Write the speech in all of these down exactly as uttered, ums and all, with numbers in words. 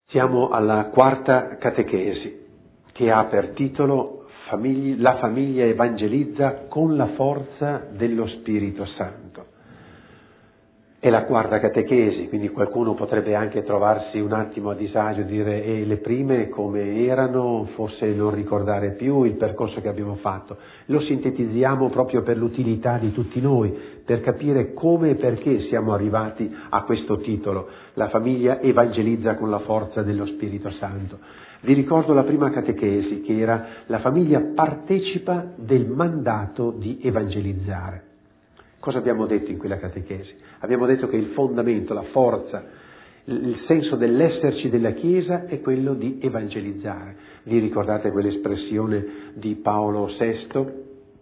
Siamo alla quarta catechesi, che ha per titolo famigli- La famiglia evangelizza con la forza dello Spirito Santo. È la quarta catechesi, quindi qualcuno potrebbe anche trovarsi un attimo a disagio e dire e le prime come erano, forse non ricordare più il percorso che abbiamo fatto. Lo sintetizziamo proprio per l'utilità di tutti noi, per capire come e perché siamo arrivati a questo titolo, La famiglia evangelizza con la forza dello Spirito Santo. Vi ricordo la prima catechesi, che era la famiglia partecipa del mandato di evangelizzare. Cosa abbiamo detto in quella catechesi? Abbiamo detto che il fondamento, la forza, il senso dell'esserci della Chiesa è quello di evangelizzare. Vi ricordate quell'espressione di Paolo sesto,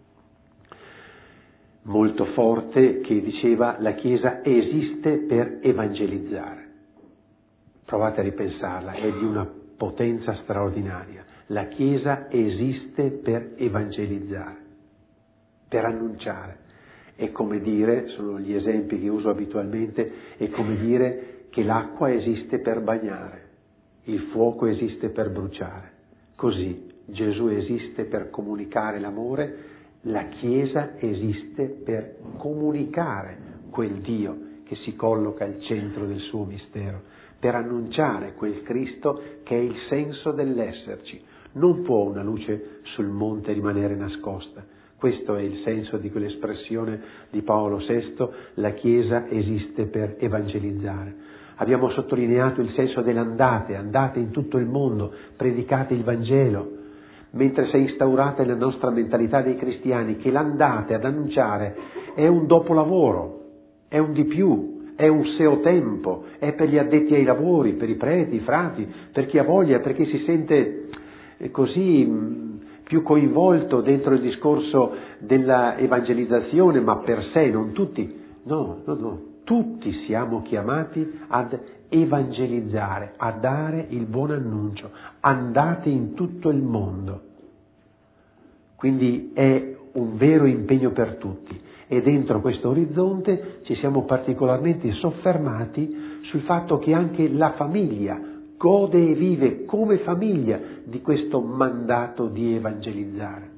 molto forte, che diceva la Chiesa esiste per evangelizzare. Provate a ripensarla, è di una potenza straordinaria. La Chiesa esiste per evangelizzare, per annunciare. È come dire, sono gli esempi che uso abitualmente, è come dire che l'acqua esiste per bagnare, il fuoco esiste per bruciare. Così Gesù esiste per comunicare l'amore, la Chiesa esiste per comunicare quel Dio che si colloca al centro del suo mistero, per annunciare quel Cristo che è il senso dell'esserci. Non può una luce sul monte rimanere nascosta. Questo è il senso di quell'espressione di Paolo sesto, la Chiesa esiste per evangelizzare. Abbiamo sottolineato il senso dell'andate, andate in tutto il mondo, predicate il Vangelo, mentre si è instaurata nella nostra mentalità dei cristiani che l'andate ad annunciare è un dopolavoro, è un di più, è un seotempo, è per gli addetti ai lavori, per i preti, i frati, per chi ha voglia, per chi si sente così più coinvolto dentro il discorso della evangelizzazione, ma per sé, non tutti. No, no, no. Tutti siamo chiamati ad evangelizzare, a dare il buon annuncio. Andate in tutto il mondo. Quindi è un vero impegno per tutti. E dentro questo orizzonte ci siamo particolarmente soffermati sul fatto che anche la famiglia gode e vive come famiglia di questo mandato di evangelizzare.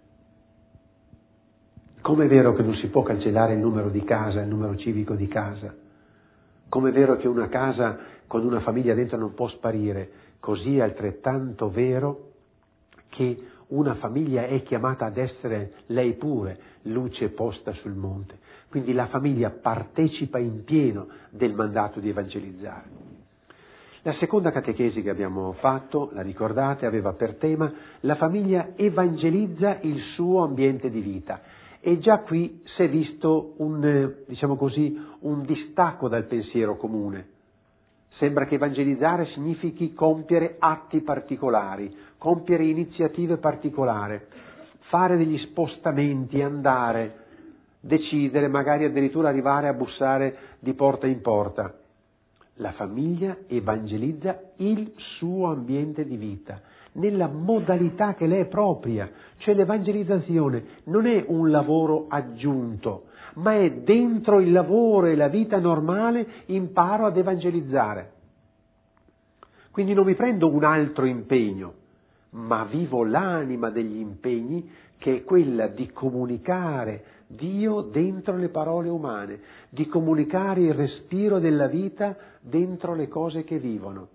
Come è vero che non si può cancellare il numero di casa, il numero civico di casa, come è vero che una casa con una famiglia dentro non può sparire, così è altrettanto vero che una famiglia è chiamata ad essere lei pure luce posta sul monte. Quindi la famiglia partecipa in pieno del mandato di evangelizzare. La seconda catechesi che abbiamo fatto, la ricordate, aveva per tema la famiglia evangelizza il suo ambiente di vita. E già qui si è visto un, diciamo così, un distacco dal pensiero comune. Sembra che evangelizzare significhi compiere atti particolari, compiere iniziative particolari, fare degli spostamenti, andare, decidere, magari addirittura arrivare a bussare di porta in porta. La famiglia evangelizza il suo ambiente di vita, nella modalità che le è propria, cioè l'evangelizzazione non è un lavoro aggiunto, ma è dentro il lavoro e la vita normale imparo ad evangelizzare. Quindi non mi prendo un altro impegno, ma vivo l'anima degli impegni che è quella di comunicare Dio dentro le parole umane, di comunicare il respiro della vita dentro le cose che vivono.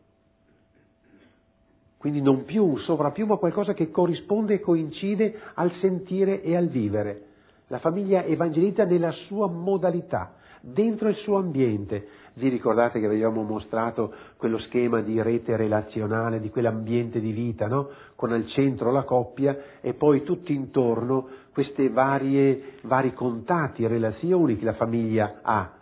Quindi non più un sovrappiù, ma qualcosa che corrisponde e coincide al sentire e al vivere. La famiglia evangelizza nella sua modalità, dentro il suo ambiente. Vi ricordate che avevamo mostrato quello schema di rete relazionale, di quell'ambiente di vita, no? Con al centro la coppia e poi tutti intorno queste varie, vari contatti e relazioni che la famiglia ha.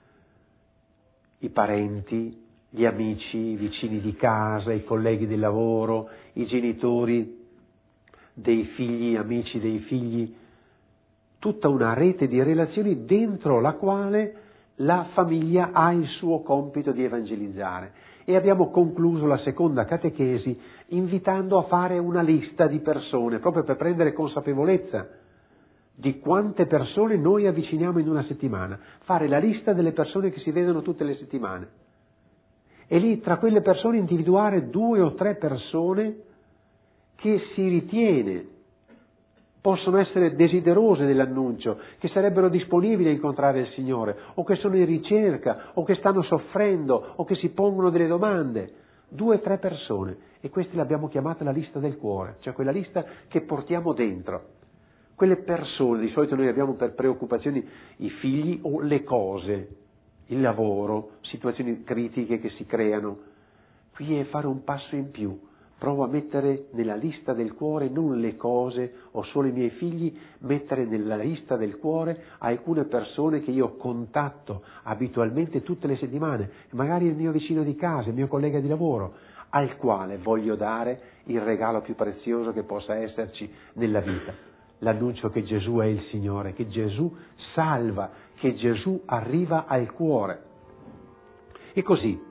I parenti, gli amici, i vicini di casa, i colleghi di lavoro, i genitori dei figli, amici dei figli, tutta una rete di relazioni dentro la quale la famiglia ha il suo compito di evangelizzare. E abbiamo concluso la seconda catechesi invitando a fare una lista di persone, proprio per prendere consapevolezza di quante persone noi avviciniamo in una settimana, fare la lista delle persone che si vedono tutte le settimane. E lì tra quelle persone individuare due o tre persone che si ritiene possono essere desiderose dell'annuncio, che sarebbero disponibili a incontrare il Signore, o che sono in ricerca, o che stanno soffrendo, o che si pongono delle domande. Due o tre persone, e queste l'abbiamo chiamata la lista del cuore, cioè quella lista che portiamo dentro. Quelle persone, di solito noi abbiamo per preoccupazioni i figli o le cose, il lavoro, situazioni critiche che si creano. Qui è fare un passo in più. Provo a mettere nella lista del cuore non le cose o solo i miei figli, mettere nella lista del cuore alcune persone che io contatto abitualmente tutte le settimane, magari il mio vicino di casa, il mio collega di lavoro, al quale voglio dare il regalo più prezioso che possa esserci nella vita. L'annuncio che Gesù è il Signore, che Gesù salva, che Gesù arriva al cuore. E così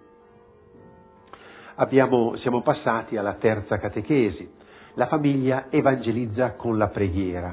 abbiamo, siamo passati alla terza catechesi. La famiglia evangelizza con la preghiera.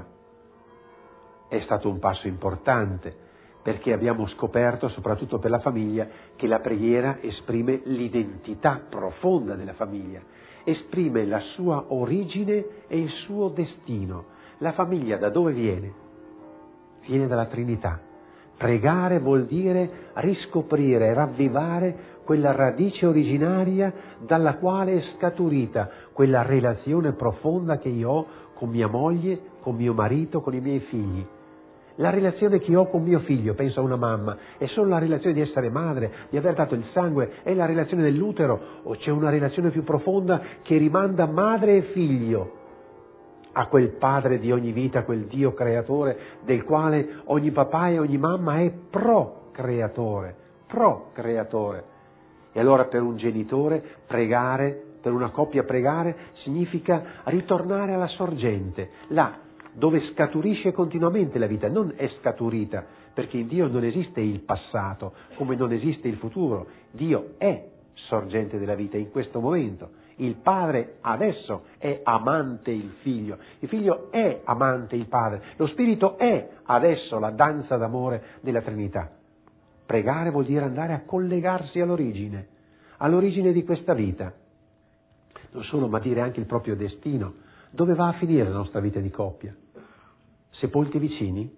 È stato un passo importante, perché abbiamo scoperto, soprattutto per la famiglia, che la preghiera esprime l'identità profonda della famiglia, esprime la sua origine e il suo destino. La famiglia da dove viene? Viene dalla Trinità. Pregare vuol dire riscoprire, ravvivare quella radice originaria dalla quale è scaturita quella relazione profonda che io ho con mia moglie, con mio marito, con i miei figli. La relazione che ho con mio figlio, penso a una mamma, è solo la relazione di essere madre, di aver dato il sangue, è la relazione dell'utero, o c'è una relazione più profonda che rimanda madre e figlio a quel padre di ogni vita, quel Dio creatore, del quale ogni papà e ogni mamma è pro-creatore, pro-creatore. E allora per un genitore pregare, per una coppia pregare, significa ritornare alla sorgente, là dove scaturisce continuamente la vita, non è scaturita, perché in Dio non esiste il passato, come non esiste il futuro. Dio è sorgente della vita in questo momento. Il padre adesso è amante il figlio, il figlio è amante il padre, lo spirito è adesso la danza d'amore della Trinità. Pregare vuol dire andare a collegarsi all'origine, all'origine di questa vita. Non solo, ma dire anche il proprio destino. Dove va a finire la nostra vita di coppia? Sepolti vicini?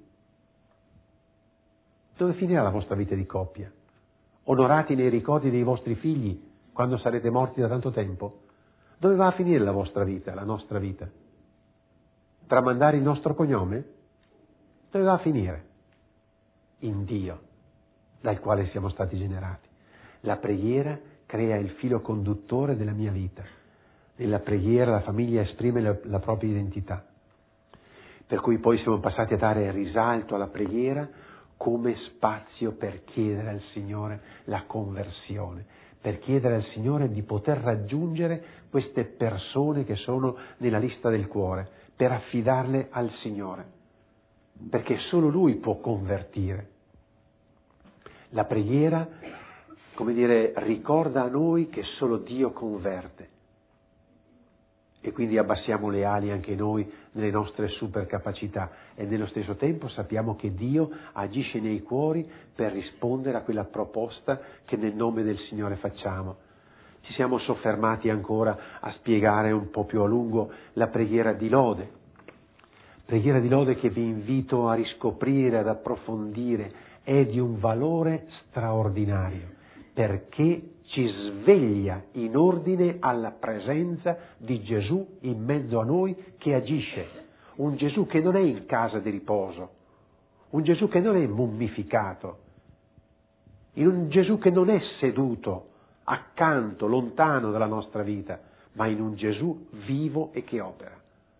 Dove finirà la vostra vita di coppia? Onorati nei ricordi dei vostri figli quando sarete morti da tanto tempo? Dove va a finire la vostra vita, la nostra vita? Tramandare il nostro cognome? Dove va a finire? In Dio, dal quale siamo stati generati. La preghiera crea il filo conduttore della mia vita. Nella preghiera la famiglia esprime la, la propria identità. Per cui poi siamo passati a dare risalto alla preghiera come spazio per chiedere al Signore la conversione, per chiedere al Signore di poter raggiungere queste persone che sono nella lista del cuore, per affidarle al Signore, perché solo Lui può convertire. La preghiera, come dire, ricorda a noi che solo Dio converte. E quindi abbassiamo le ali anche noi nelle nostre supercapacità e nello stesso tempo sappiamo che Dio agisce nei cuori per rispondere a quella proposta che nel nome del Signore facciamo. Ci siamo soffermati ancora a spiegare un po' più a lungo la preghiera di lode. Preghiera di lode che vi invito a riscoprire, ad approfondire, è di un valore straordinario, perché ci sveglia in ordine alla presenza di Gesù in mezzo a noi che agisce. Un Gesù che non è in casa di riposo, un Gesù che non è mummificato, un Gesù che non è seduto accanto, lontano dalla nostra vita, ma in un Gesù vivo e che opera.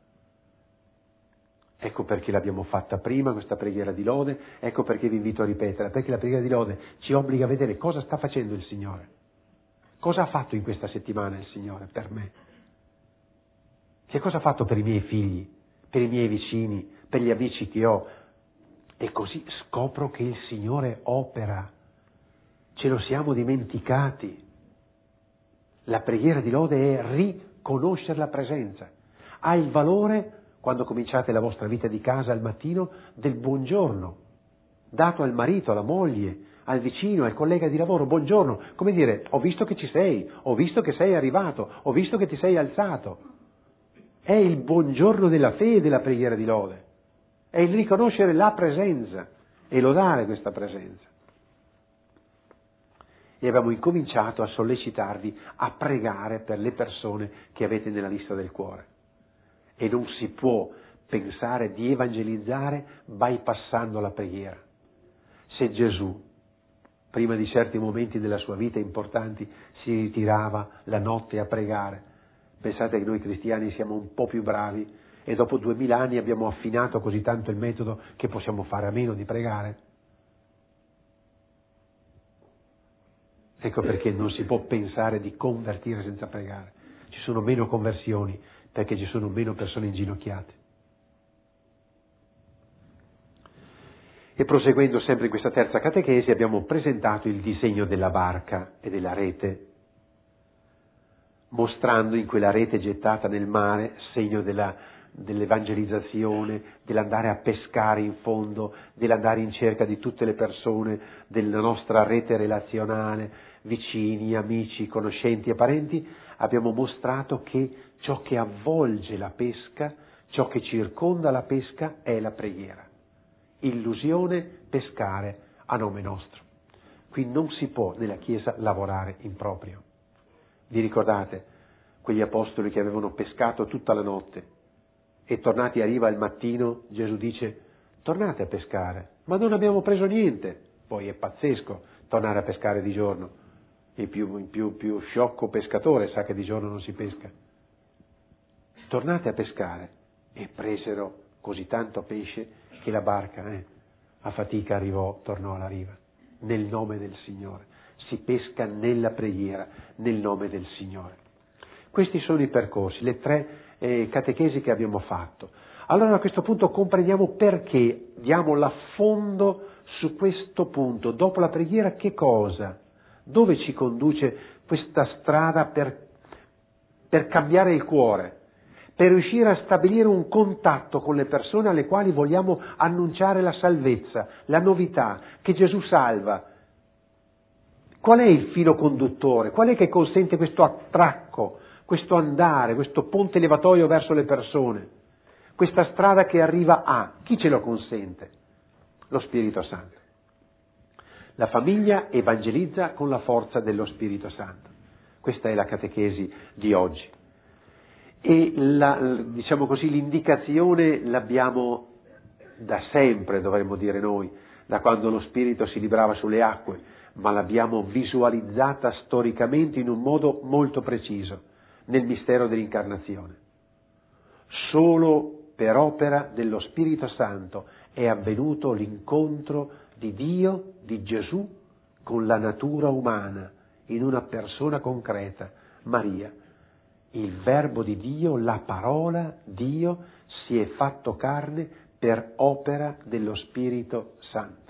Ecco perché l'abbiamo fatta prima questa preghiera di lode, ecco perché vi invito a ripetere, perché la preghiera di lode ci obbliga a vedere cosa sta facendo il Signore. Cosa ha fatto in questa settimana il Signore per me? Che cosa ha fatto per i miei figli, per i miei vicini, per gli amici che ho? E così scopro che il Signore opera. Ce lo siamo dimenticati. La preghiera di lode è riconoscere la presenza. Ha il valore, quando cominciate la vostra vita di casa al mattino, del buongiorno, dato al marito, alla moglie, al vicino, al collega di lavoro, buongiorno, come dire, ho visto che ci sei, ho visto che sei arrivato, ho visto che ti sei alzato. È il buongiorno della fede la preghiera di lode, è il riconoscere la presenza e lodare questa presenza. E abbiamo incominciato a sollecitarvi a pregare per le persone che avete nella lista del cuore. E non si può pensare di evangelizzare bypassando la preghiera. Se Gesù, prima di certi momenti della sua vita importanti, si ritirava la notte a pregare, pensate che noi cristiani siamo un po' più bravi e dopo duemila anni abbiamo affinato così tanto il metodo che possiamo fare a meno di pregare? Ecco perché non si può pensare di convertire senza pregare. Ci sono meno conversioni perché ci sono meno persone inginocchiate. E proseguendo sempre in questa terza catechesi abbiamo presentato il disegno della barca e della rete, mostrando in quella rete gettata nel mare segno della, dell'evangelizzazione, dell'andare a pescare in fondo, dell'andare in cerca di tutte le persone della nostra rete relazionale, vicini, amici, conoscenti e parenti. Abbiamo mostrato che ciò che avvolge la pesca, ciò che circonda la pesca è la preghiera. Illusione pescare a nome nostro. Qui non si può nella Chiesa lavorare in proprio. Vi ricordate quegli apostoli che avevano pescato tutta la notte e tornati a riva al mattino Gesù dice tornate a pescare, ma non abbiamo preso niente. Poi è pazzesco tornare a pescare di giorno. Il più, il più, più sciocco pescatore sa che di giorno non si pesca. Tornate a pescare e presero così tanto pesce che la barca eh, a fatica arrivò, tornò alla riva. Nel nome del Signore. Si pesca nella preghiera, nel nome del Signore. Questi sono i percorsi, le tre eh, catechesi che abbiamo fatto. Allora a questo punto comprendiamo perché diamo l'affondo su questo punto. Dopo la preghiera che cosa? Dove ci conduce questa strada per, per cambiare il cuore? Per riuscire a stabilire un contatto con le persone alle quali vogliamo annunciare la salvezza, la novità, che Gesù salva. Qual è il filo conduttore? Qual è che consente questo attracco, questo andare, questo ponte levatoio verso le persone? Questa strada che arriva a chi ce lo consente? Lo Spirito Santo. La famiglia evangelizza con la forza dello Spirito Santo. Questa è la catechesi di oggi. E la, diciamo così, l'indicazione l'abbiamo da sempre, dovremmo dire noi, da quando lo Spirito si librava sulle acque, ma l'abbiamo visualizzata storicamente in un modo molto preciso, nel mistero dell'incarnazione. Solo per opera dello Spirito Santo è avvenuto l'incontro di Dio, di Gesù, con la natura umana, in una persona concreta, Maria. Il Verbo di Dio, la parola Dio, si è fatto carne per opera dello Spirito Santo.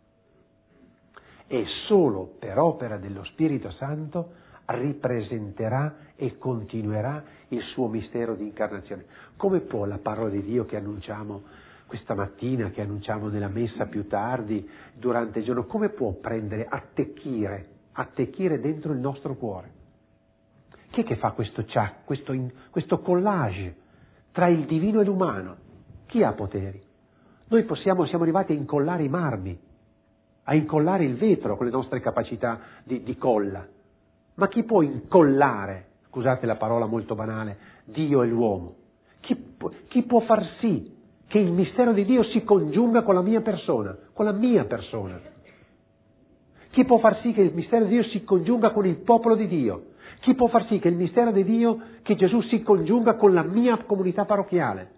E solo per opera dello Spirito Santo ripresenterà e continuerà il suo mistero di incarnazione. Come può la parola di Dio che annunciamo questa mattina, che annunciamo nella messa più tardi, durante il giorno, come può prendere, attecchire, attecchire dentro il nostro cuore? Chi è che fa questo ciac, questo, questo collage tra il divino e l'umano? Chi ha poteri? Noi possiamo, siamo arrivati a incollare i marmi, a incollare il vetro con le nostre capacità di, di colla. Ma chi può incollare, scusate la parola molto banale, Dio e l'uomo? Chi, chi può far sì che il mistero di Dio si congiunga con la mia persona, con la mia persona? Chi può far sì che il mistero di Dio si congiunga con il popolo di Dio? Chi può far sì che il mistero di Dio, che Gesù si congiunga con la mia comunità parrocchiale?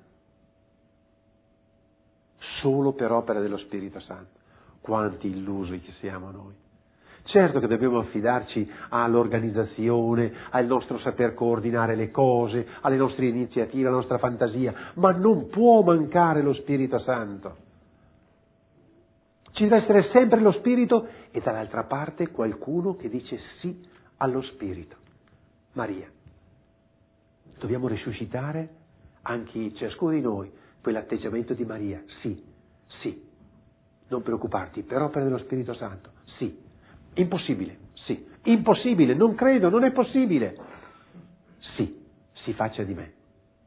Solo per opera dello Spirito Santo. Quanti illusi che siamo noi. Certo che dobbiamo affidarci all'organizzazione, al nostro saper coordinare le cose, alle nostre iniziative, alla nostra fantasia, ma non può mancare lo Spirito Santo. Ci deve essere sempre lo Spirito e dall'altra parte qualcuno che dice sì allo Spirito. Maria. Dobbiamo risuscitare anche ciascuno di noi quell'atteggiamento di Maria. Sì, sì. Non preoccuparti, per opera dello Spirito Santo. Sì. Impossibile? Sì. Impossibile? Non credo, non è possibile. Sì, si faccia di me.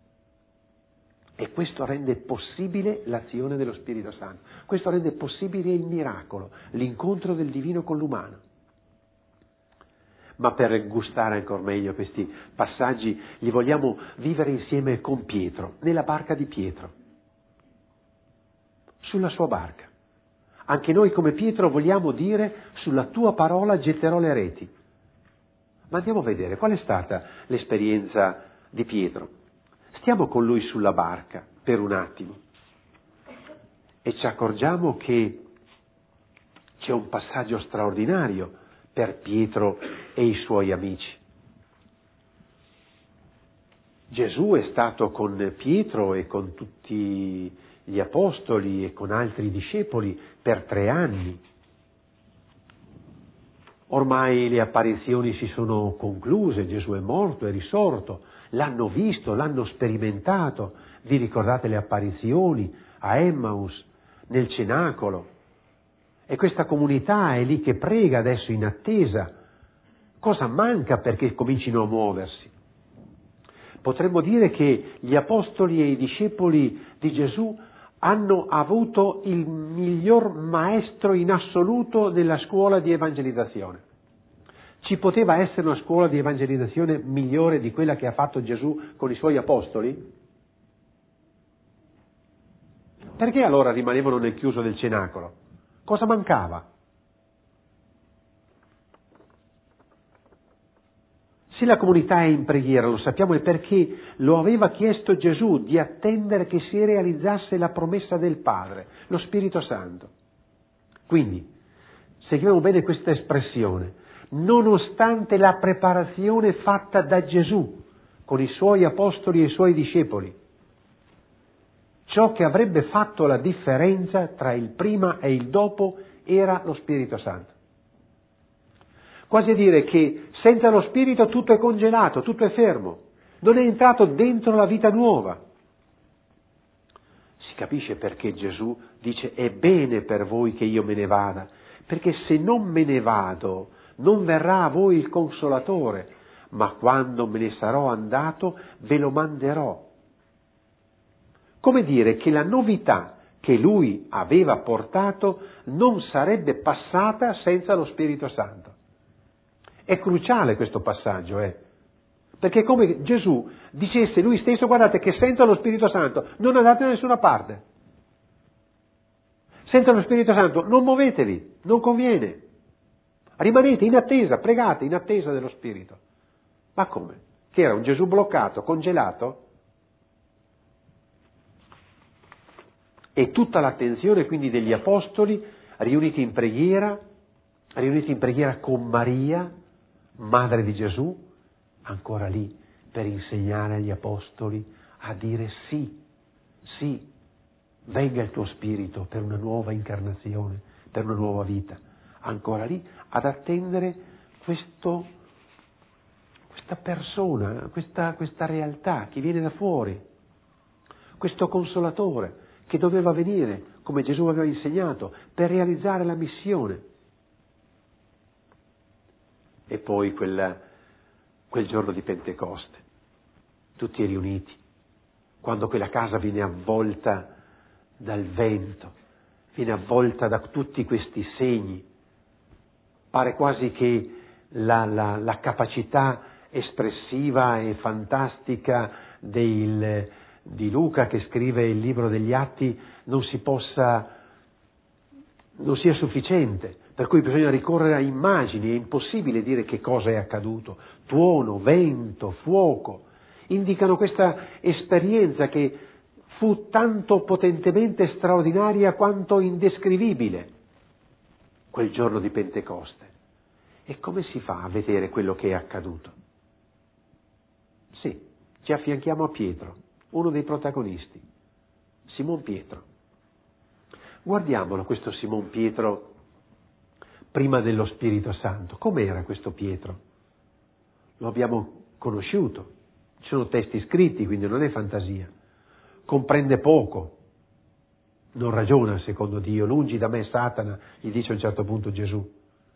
E questo rende possibile l'azione dello Spirito Santo. Questo rende possibile il miracolo, l'incontro del divino con l'umano. Ma per gustare ancora meglio questi passaggi li vogliamo vivere insieme con Pietro, nella barca di Pietro, sulla sua barca. Anche noi come Pietro vogliamo dire: sulla tua parola getterò le reti. Ma andiamo a vedere qual è stata l'esperienza di Pietro. Stiamo con lui sulla barca per un attimo e ci accorgiamo che c'è un passaggio straordinario per Pietro e i suoi amici. Gesù è stato con Pietro e con tutti gli apostoli e con altri discepoli per tre anni. Ormai le apparizioni si sono concluse, Gesù è morto, è risorto, l'hanno visto, l'hanno sperimentato. Vi ricordate le apparizioni a Emmaus, nel cenacolo? E questa comunità è lì che prega adesso in attesa. Cosa manca perché comincino a muoversi? Potremmo dire che gli apostoli e i discepoli di Gesù hanno avuto il miglior maestro in assoluto nella scuola di evangelizzazione. Ci poteva essere una scuola di evangelizzazione migliore di quella che ha fatto Gesù con i suoi apostoli? Perché allora rimanevano nel chiuso del cenacolo? Cosa mancava? Se la comunità è in preghiera, lo sappiamo, è perché lo aveva chiesto Gesù di attendere che si realizzasse la promessa del Padre, lo Spirito Santo. Quindi, seguiamo bene questa espressione, nonostante la preparazione fatta da Gesù con i suoi apostoli e i suoi discepoli, ciò che avrebbe fatto la differenza tra il prima e il dopo era lo Spirito Santo. Quasi a dire che senza lo Spirito tutto è congelato, tutto è fermo, non è entrato dentro la vita nuova. Si capisce perché Gesù dice: è bene per voi che io me ne vada, perché se non me ne vado non verrà a voi il Consolatore, ma quando me ne sarò andato ve lo manderò. Come dire che la novità che lui aveva portato non sarebbe passata senza lo Spirito Santo. È cruciale questo passaggio, eh? Perché è come Gesù dicesse lui stesso: guardate che senza lo Spirito Santo non andate da nessuna parte. Senza lo Spirito Santo non muovetevi, non conviene. Rimanete in attesa, pregate in attesa dello Spirito. Ma come? Che era un Gesù bloccato, congelato? E tutta l'attenzione quindi degli apostoli riuniti in preghiera, riuniti in preghiera con Maria, madre di Gesù, ancora lì per insegnare agli apostoli a dire sì, sì, venga il tuo Spirito per una nuova incarnazione, per una nuova vita. Ancora lì ad attendere questo, questa persona, questa, questa realtà che viene da fuori, questo Consolatore che doveva venire, come Gesù aveva insegnato, per realizzare la missione. E poi quel, quel giorno di Pentecoste, tutti riuniti, quando quella casa viene avvolta dal vento, viene avvolta da tutti questi segni, pare quasi che la, la, la capacità espressiva e fantastica del, di Luca, che scrive il libro degli Atti, non si possa, non sia sufficiente. Per cui bisogna ricorrere a immagini, è impossibile dire che cosa è accaduto. Tuono, vento, fuoco, indicano questa esperienza che fu tanto potentemente straordinaria quanto indescrivibile quel giorno di Pentecoste. E come si fa a vedere quello che è accaduto? Sì, ci affianchiamo a Pietro, uno dei protagonisti, Simon Pietro. Guardiamolo questo Simon Pietro prima dello Spirito Santo. Com'era questo Pietro? Lo abbiamo conosciuto, ci sono testi scritti, quindi non è fantasia. Comprende poco, non ragiona secondo Dio, lungi da me Satana, gli dice a un certo punto Gesù.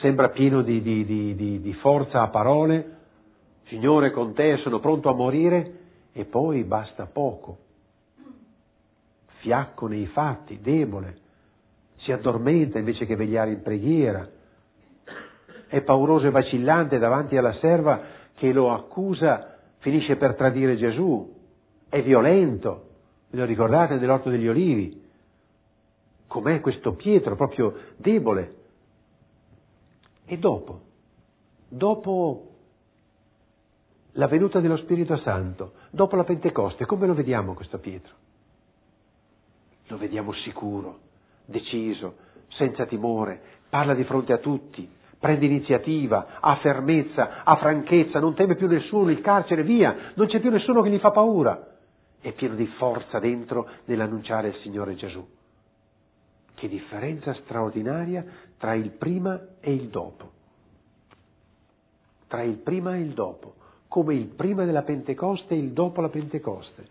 sembra pieno di, di, di, di, di forza a parole, Signore con te sono pronto a morire, e poi basta poco, fiacco nei fatti, debole, si addormenta invece che vegliare in preghiera, è pauroso e vacillante davanti alla serva che lo accusa, finisce per tradire Gesù, è violento, ve lo ricordate nell'Orto degli Olivi? Com'è questo Pietro, proprio debole. E dopo, dopo la venuta dello Spirito Santo, dopo la Pentecoste, come lo vediamo questo Pietro? Lo vediamo sicuro, deciso, senza timore, parla di fronte a tutti, prende iniziativa, ha fermezza, ha franchezza, non teme più nessuno, il carcere, via, non c'è più nessuno che gli fa paura. È pieno di forza dentro nell'annunciare il Signore Gesù. Che differenza straordinaria tra il prima e il dopo. Tra il prima e il dopo, come il prima della Pentecoste e il dopo la Pentecoste.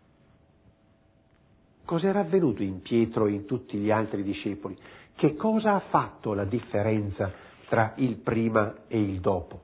Cos'era avvenuto in Pietro e in tutti gli altri discepoli? Che cosa ha fatto la differenza tra il prima e il dopo?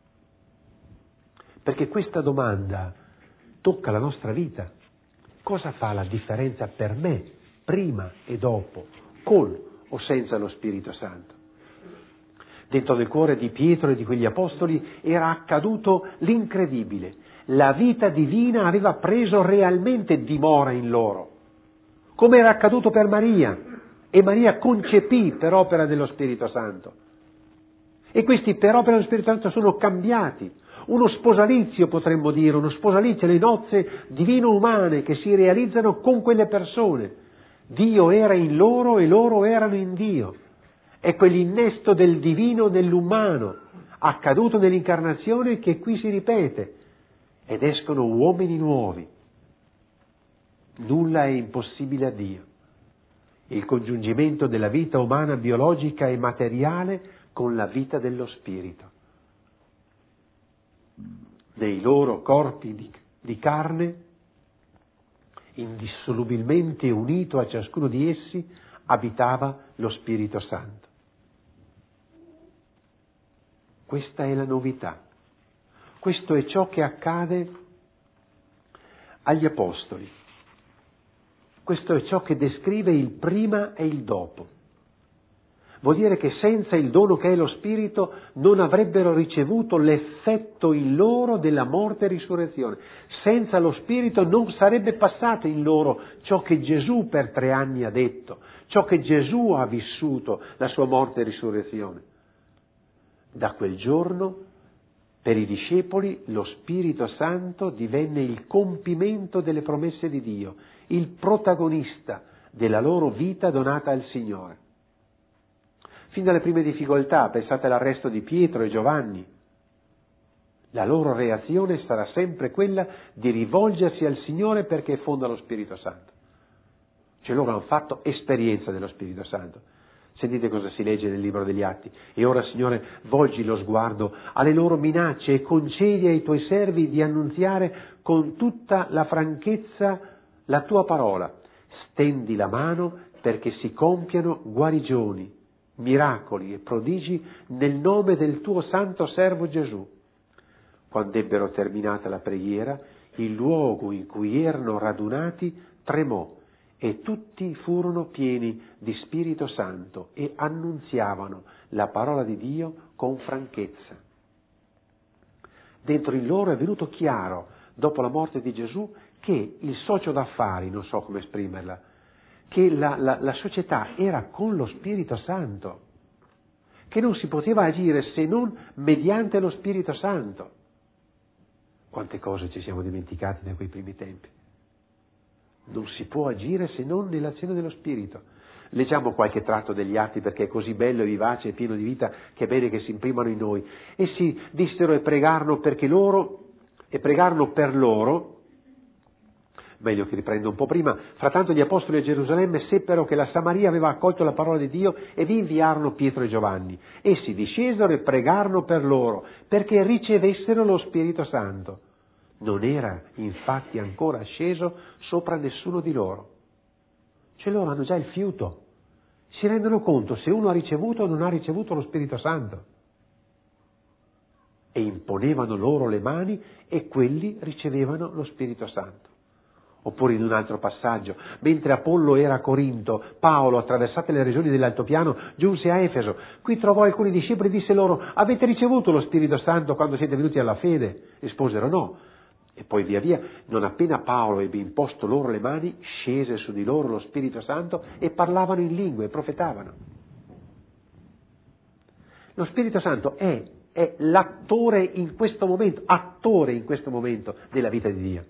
Perché questa domanda tocca la nostra vita. Cosa fa la differenza per me, prima e dopo, con o senza lo Spirito Santo? Dentro del cuore di Pietro e di quegli apostoli era accaduto l'incredibile. La vita divina aveva preso realmente dimora in loro, come era accaduto per Maria, e Maria concepì per opera dello Spirito Santo. E questi per opera dello Spirito Santo sono cambiati. Uno sposalizio, potremmo dire, uno sposalizio, le nozze divino-umane che si realizzano con quelle persone. Dio era in loro e loro erano in Dio. È quell'innesto del divino nell'umano, accaduto nell'incarnazione, che qui si ripete, ed escono uomini nuovi. Nulla è impossibile a Dio. Il congiungimento della vita umana biologica e materiale con la vita dello spirito. Nei loro corpi di, di carne, indissolubilmente unito a ciascuno di essi, abitava lo Spirito Santo. Questa è la novità. Questo è ciò che accade agli Apostoli. Questo è ciò che descrive il prima e il dopo. Vuol dire che senza il dono che è lo Spirito non avrebbero ricevuto l'effetto in loro della morte e risurrezione. Senza lo Spirito non sarebbe passato in loro ciò che Gesù per tre anni ha detto, ciò che Gesù ha vissuto, la sua morte e risurrezione. Da quel giorno, per i discepoli, lo Spirito Santo divenne il compimento delle promesse di Dio, il protagonista della loro vita donata al Signore. Fin dalle prime difficoltà, pensate all'arresto di Pietro e Giovanni, la loro reazione sarà sempre quella di rivolgersi al Signore perché fonda lo Spirito Santo. Cioè loro hanno fatto esperienza dello Spirito Santo. Sentite cosa si legge nel libro degli Atti. E ora, Signore, volgi lo sguardo alle loro minacce e concedi ai tuoi servi di annunziare con tutta la franchezza la tua parola. Stendi la mano perché si compiano guarigioni, miracoli e prodigi nel nome del tuo santo servo Gesù. Quando ebbero terminata la preghiera, il luogo in cui erano radunati tremò e tutti furono pieni di Spirito Santo e annunziavano la parola di Dio con franchezza. Dentro in loro è venuto chiaro, dopo la morte di Gesù, che il socio d'affari, non so come esprimerla, che la, la, la società era con lo Spirito Santo, che non si poteva agire se non mediante lo Spirito Santo. Quante cose ci siamo dimenticate da quei primi tempi. Non si può agire se non nell'azione dello Spirito. Leggiamo qualche tratto degli Atti perché è così bello e vivace e pieno di vita che è bene che si imprimano in noi. Essi dissero e pregarono perché loro, e pregarono per loro, meglio che riprendo un po' prima, frattanto gli apostoli a Gerusalemme seppero che la Samaria aveva accolto la parola di Dio e vi inviarono Pietro e Giovanni. Essi discesero e pregarono per loro perché ricevessero lo Spirito Santo. Non era infatti ancora sceso sopra nessuno di loro. Cioè loro hanno già il fiuto, si rendono conto se uno ha ricevuto o non ha ricevuto lo Spirito Santo. E imponevano loro le mani e quelli ricevevano lo Spirito Santo. Oppure in un altro passaggio, mentre Apollo era a Corinto, Paolo, attraversate le regioni dell'altopiano, giunse a Efeso. Qui trovò alcuni discepoli e disse loro: avete ricevuto lo Spirito Santo quando siete venuti alla fede? Risposero no. E poi via via, non appena Paolo ebbe imposto loro le mani, scese su di loro lo Spirito Santo e parlavano in lingue e profetavano. Lo Spirito Santo è, è l'attore in questo momento, attore in questo momento della vita di Dio.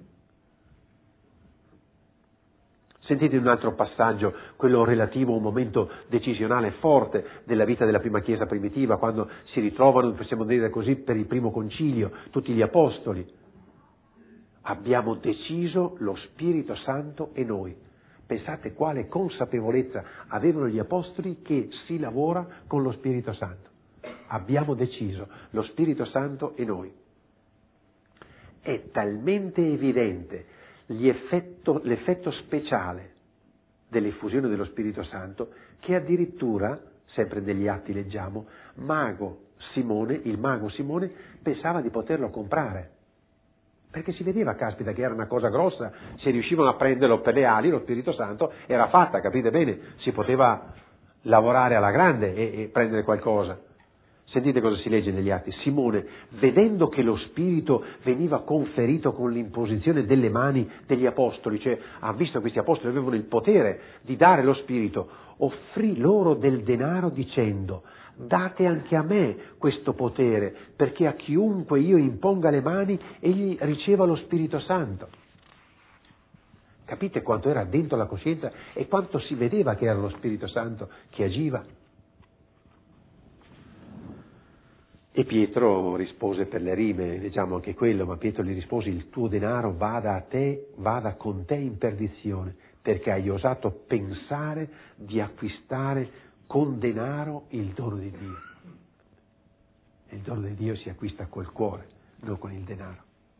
Sentite un altro passaggio, quello relativo a un momento decisionale forte della vita della prima Chiesa primitiva, quando si ritrovano, possiamo dire così, per il primo concilio, tutti gli apostoli. Abbiamo deciso lo Spirito Santo e noi. Pensate quale consapevolezza avevano gli apostoli che si lavora con lo Spirito Santo. Abbiamo deciso lo Spirito Santo e noi. È talmente evidente Gli effetto, l'effetto speciale dell'effusione dello Spirito Santo che addirittura, sempre negli Atti leggiamo, mago Simone, il mago Simone pensava di poterlo comprare, perché si vedeva, caspita, che era una cosa grossa. Se riuscivano a prenderlo per le ali, lo Spirito Santo era fatta, capite bene, si poteva lavorare alla grande e, e prendere qualcosa. Sentite cosa si legge negli Atti. Simone, vedendo che lo Spirito veniva conferito con l'imposizione delle mani degli Apostoli, cioè ha visto che questi Apostoli avevano il potere di dare lo Spirito, offrì loro del denaro dicendo: date anche a me questo potere, perché a chiunque io imponga le mani, egli riceva lo Spirito Santo. Capite quanto era dentro la coscienza e quanto si vedeva che era lo Spirito Santo che agiva? E Pietro rispose per le rime, leggiamo anche quello, ma Pietro gli rispose: il tuo denaro vada a te, vada con te in perdizione, perché hai osato pensare di acquistare con denaro il dono di Dio. Il dono di Dio si acquista col cuore, non con il denaro.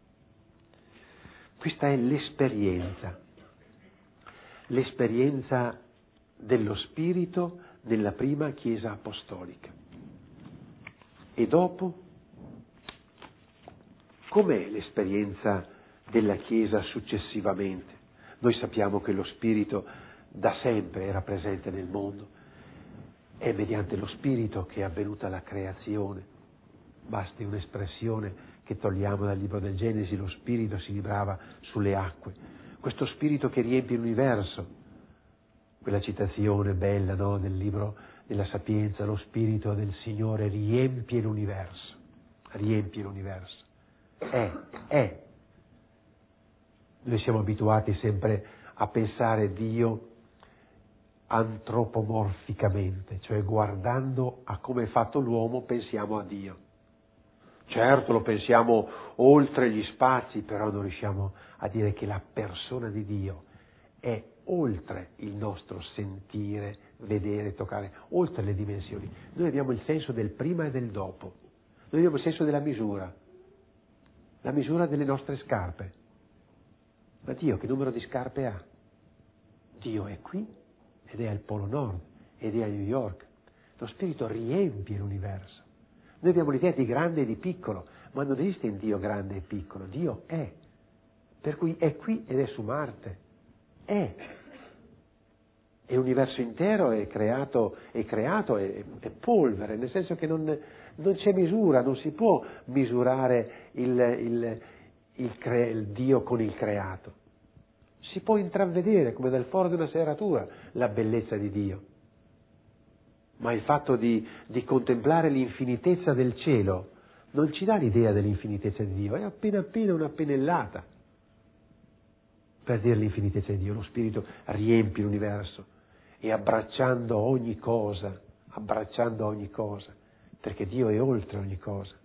Questa è l'esperienza, l'esperienza dello Spirito nella prima Chiesa apostolica. E dopo, com'è l'esperienza della Chiesa successivamente? Noi sappiamo che lo Spirito da sempre era presente nel mondo. È mediante lo Spirito che è avvenuta la creazione. Basti un'espressione che togliamo dal libro del Genesi: lo Spirito si librava sulle acque. Questo Spirito che riempie l'universo. Quella citazione bella, no, del libro della Sapienza: lo Spirito del Signore riempie l'universo, riempie l'universo. È, è. Noi siamo abituati sempre a pensare Dio antropomorficamente, cioè guardando a come è fatto l'uomo pensiamo a Dio. Certo, lo pensiamo oltre gli spazi, però non riusciamo a dire che la persona di Dio è oltre il nostro sentire, vedere, toccare, oltre le dimensioni. Noi abbiamo il senso del prima e del dopo. Noi abbiamo il senso della misura, la misura delle nostre scarpe. Ma Dio che numero di scarpe ha? Dio è qui ed è al Polo Nord ed è a New York. Lo Spirito riempie l'universo. Noi abbiamo l'idea di grande e di piccolo, ma non esiste in Dio grande e piccolo. Dio è. Per cui è qui ed è su Marte. È. E l'universo intero è creato, è creato, è, è polvere, nel senso che non, non c'è misura, non si può misurare il, il, il, cre, il Dio con il creato. Si può intravedere, come dal foro di una serratura, la bellezza di Dio. Ma il fatto di, di contemplare l'infinitezza del cielo non ci dà l'idea dell'infinitezza di Dio, è appena appena una pennellata per dire l'infinitezza di Dio. Lo Spirito riempie l'universo e abbracciando ogni cosa, abbracciando ogni cosa, perché Dio è oltre ogni cosa,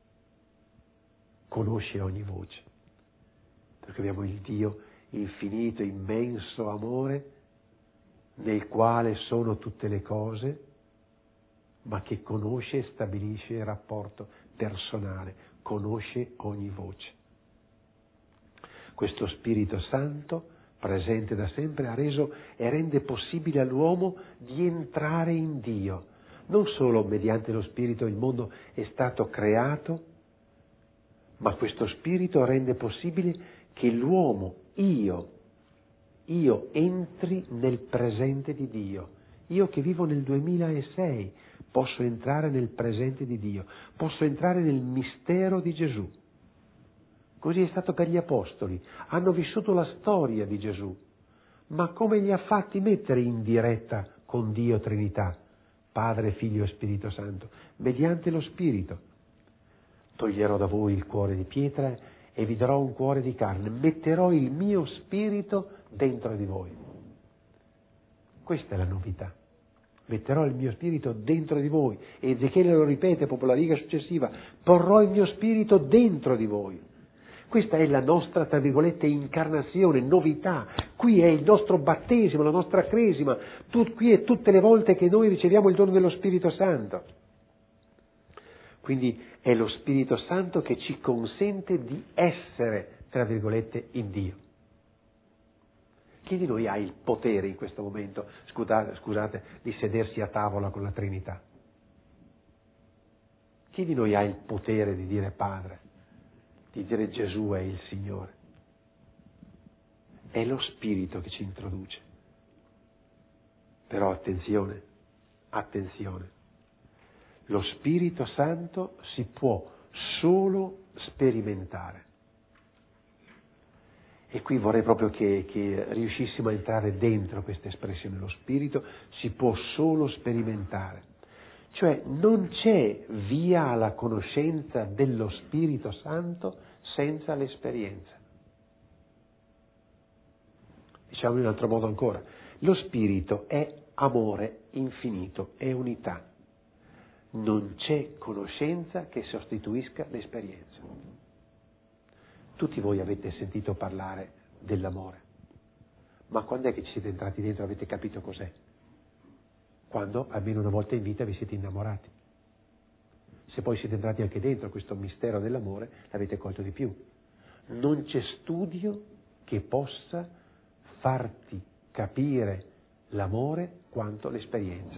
conosce ogni voce, perché abbiamo il Dio infinito, immenso amore nel quale sono tutte le cose, ma che conosce e stabilisce il rapporto personale, conosce ogni voce. Questo Spirito Santo presente da sempre, ha reso e rende possibile all'uomo di entrare in Dio. Non solo mediante lo Spirito il mondo è stato creato, ma questo Spirito rende possibile che l'uomo, io, io entri nel presente di Dio. Io che vivo nel duemilasei posso entrare nel presente di Dio, posso entrare nel mistero di Gesù. Così è stato per gli Apostoli, hanno vissuto la storia di Gesù, ma come li ha fatti mettere in diretta con Dio Trinità, Padre, Figlio e Spirito Santo? Mediante lo Spirito. Toglierò da voi il cuore di pietra e vi darò un cuore di carne, metterò il mio Spirito dentro di voi. Questa è la novità. Metterò il mio Spirito dentro di voi. E Ezechiele lo ripete proprio la riga successiva, porrò il mio Spirito dentro di voi. Questa è la nostra, tra virgolette, incarnazione, novità. Qui è il nostro battesimo, la nostra cresima. Tut, qui è tutte le volte che noi riceviamo il dono dello Spirito Santo. Quindi è lo Spirito Santo che ci consente di essere, tra virgolette, in Dio. Chi di noi ha il potere in questo momento, scusate, scusate, di sedersi a tavola con la Trinità? Chi di noi ha il potere di dire Padre, di dire Gesù è il Signore? È lo Spirito che ci introduce. Però attenzione, attenzione. Lo Spirito Santo si può solo sperimentare. E qui vorrei proprio che, che riuscissimo a entrare dentro questa espressione. Lo Spirito si può solo sperimentare. Cioè non c'è via alla conoscenza dello Spirito Santo senza l'esperienza. Diciamo in un altro modo ancora. Lo Spirito è amore infinito, è unità. Non c'è conoscenza che sostituisca l'esperienza. Tutti voi avete sentito parlare dell'amore, ma quando è che ci siete entrati dentro e avete capito cos'è? Quando almeno una volta in vita vi siete innamorati. Se poi siete entrati anche dentro questo mistero dell'amore, l'avete colto di più. Non c'è studio che possa farti capire l'amore quanto l'esperienza.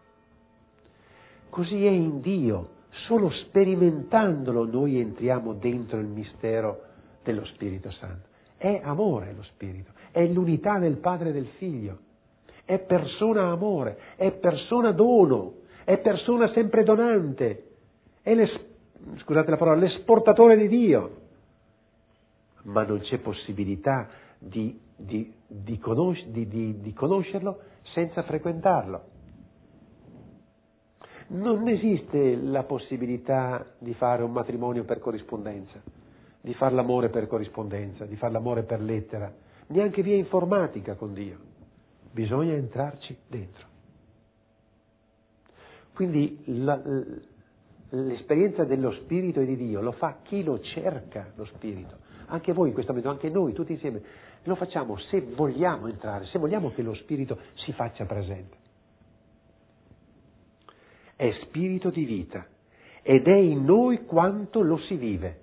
Così è in Dio, solo sperimentandolo noi entriamo dentro il mistero dello Spirito Santo. È amore lo Spirito, è l'unità del Padre e del Figlio, è persona amore, è persona dono, è persona sempre donante, è l'es- scusate la parola, l'esportatore di Dio. Ma non c'è possibilità di, di, di, conosc- di, di, di conoscerlo senza frequentarlo. Non esiste la possibilità di fare un matrimonio per corrispondenza, di fare l'amore per corrispondenza, di fare l'amore per lettera, neanche via informatica con Dio. Bisogna entrarci dentro. Quindi la, l'esperienza dello Spirito e di Dio lo fa chi lo cerca, lo Spirito. Anche voi in questo momento, anche noi, tutti insieme, lo facciamo se vogliamo entrare, se vogliamo che lo Spirito si faccia presente. È spirito di vita ed è in noi quanto lo si vive.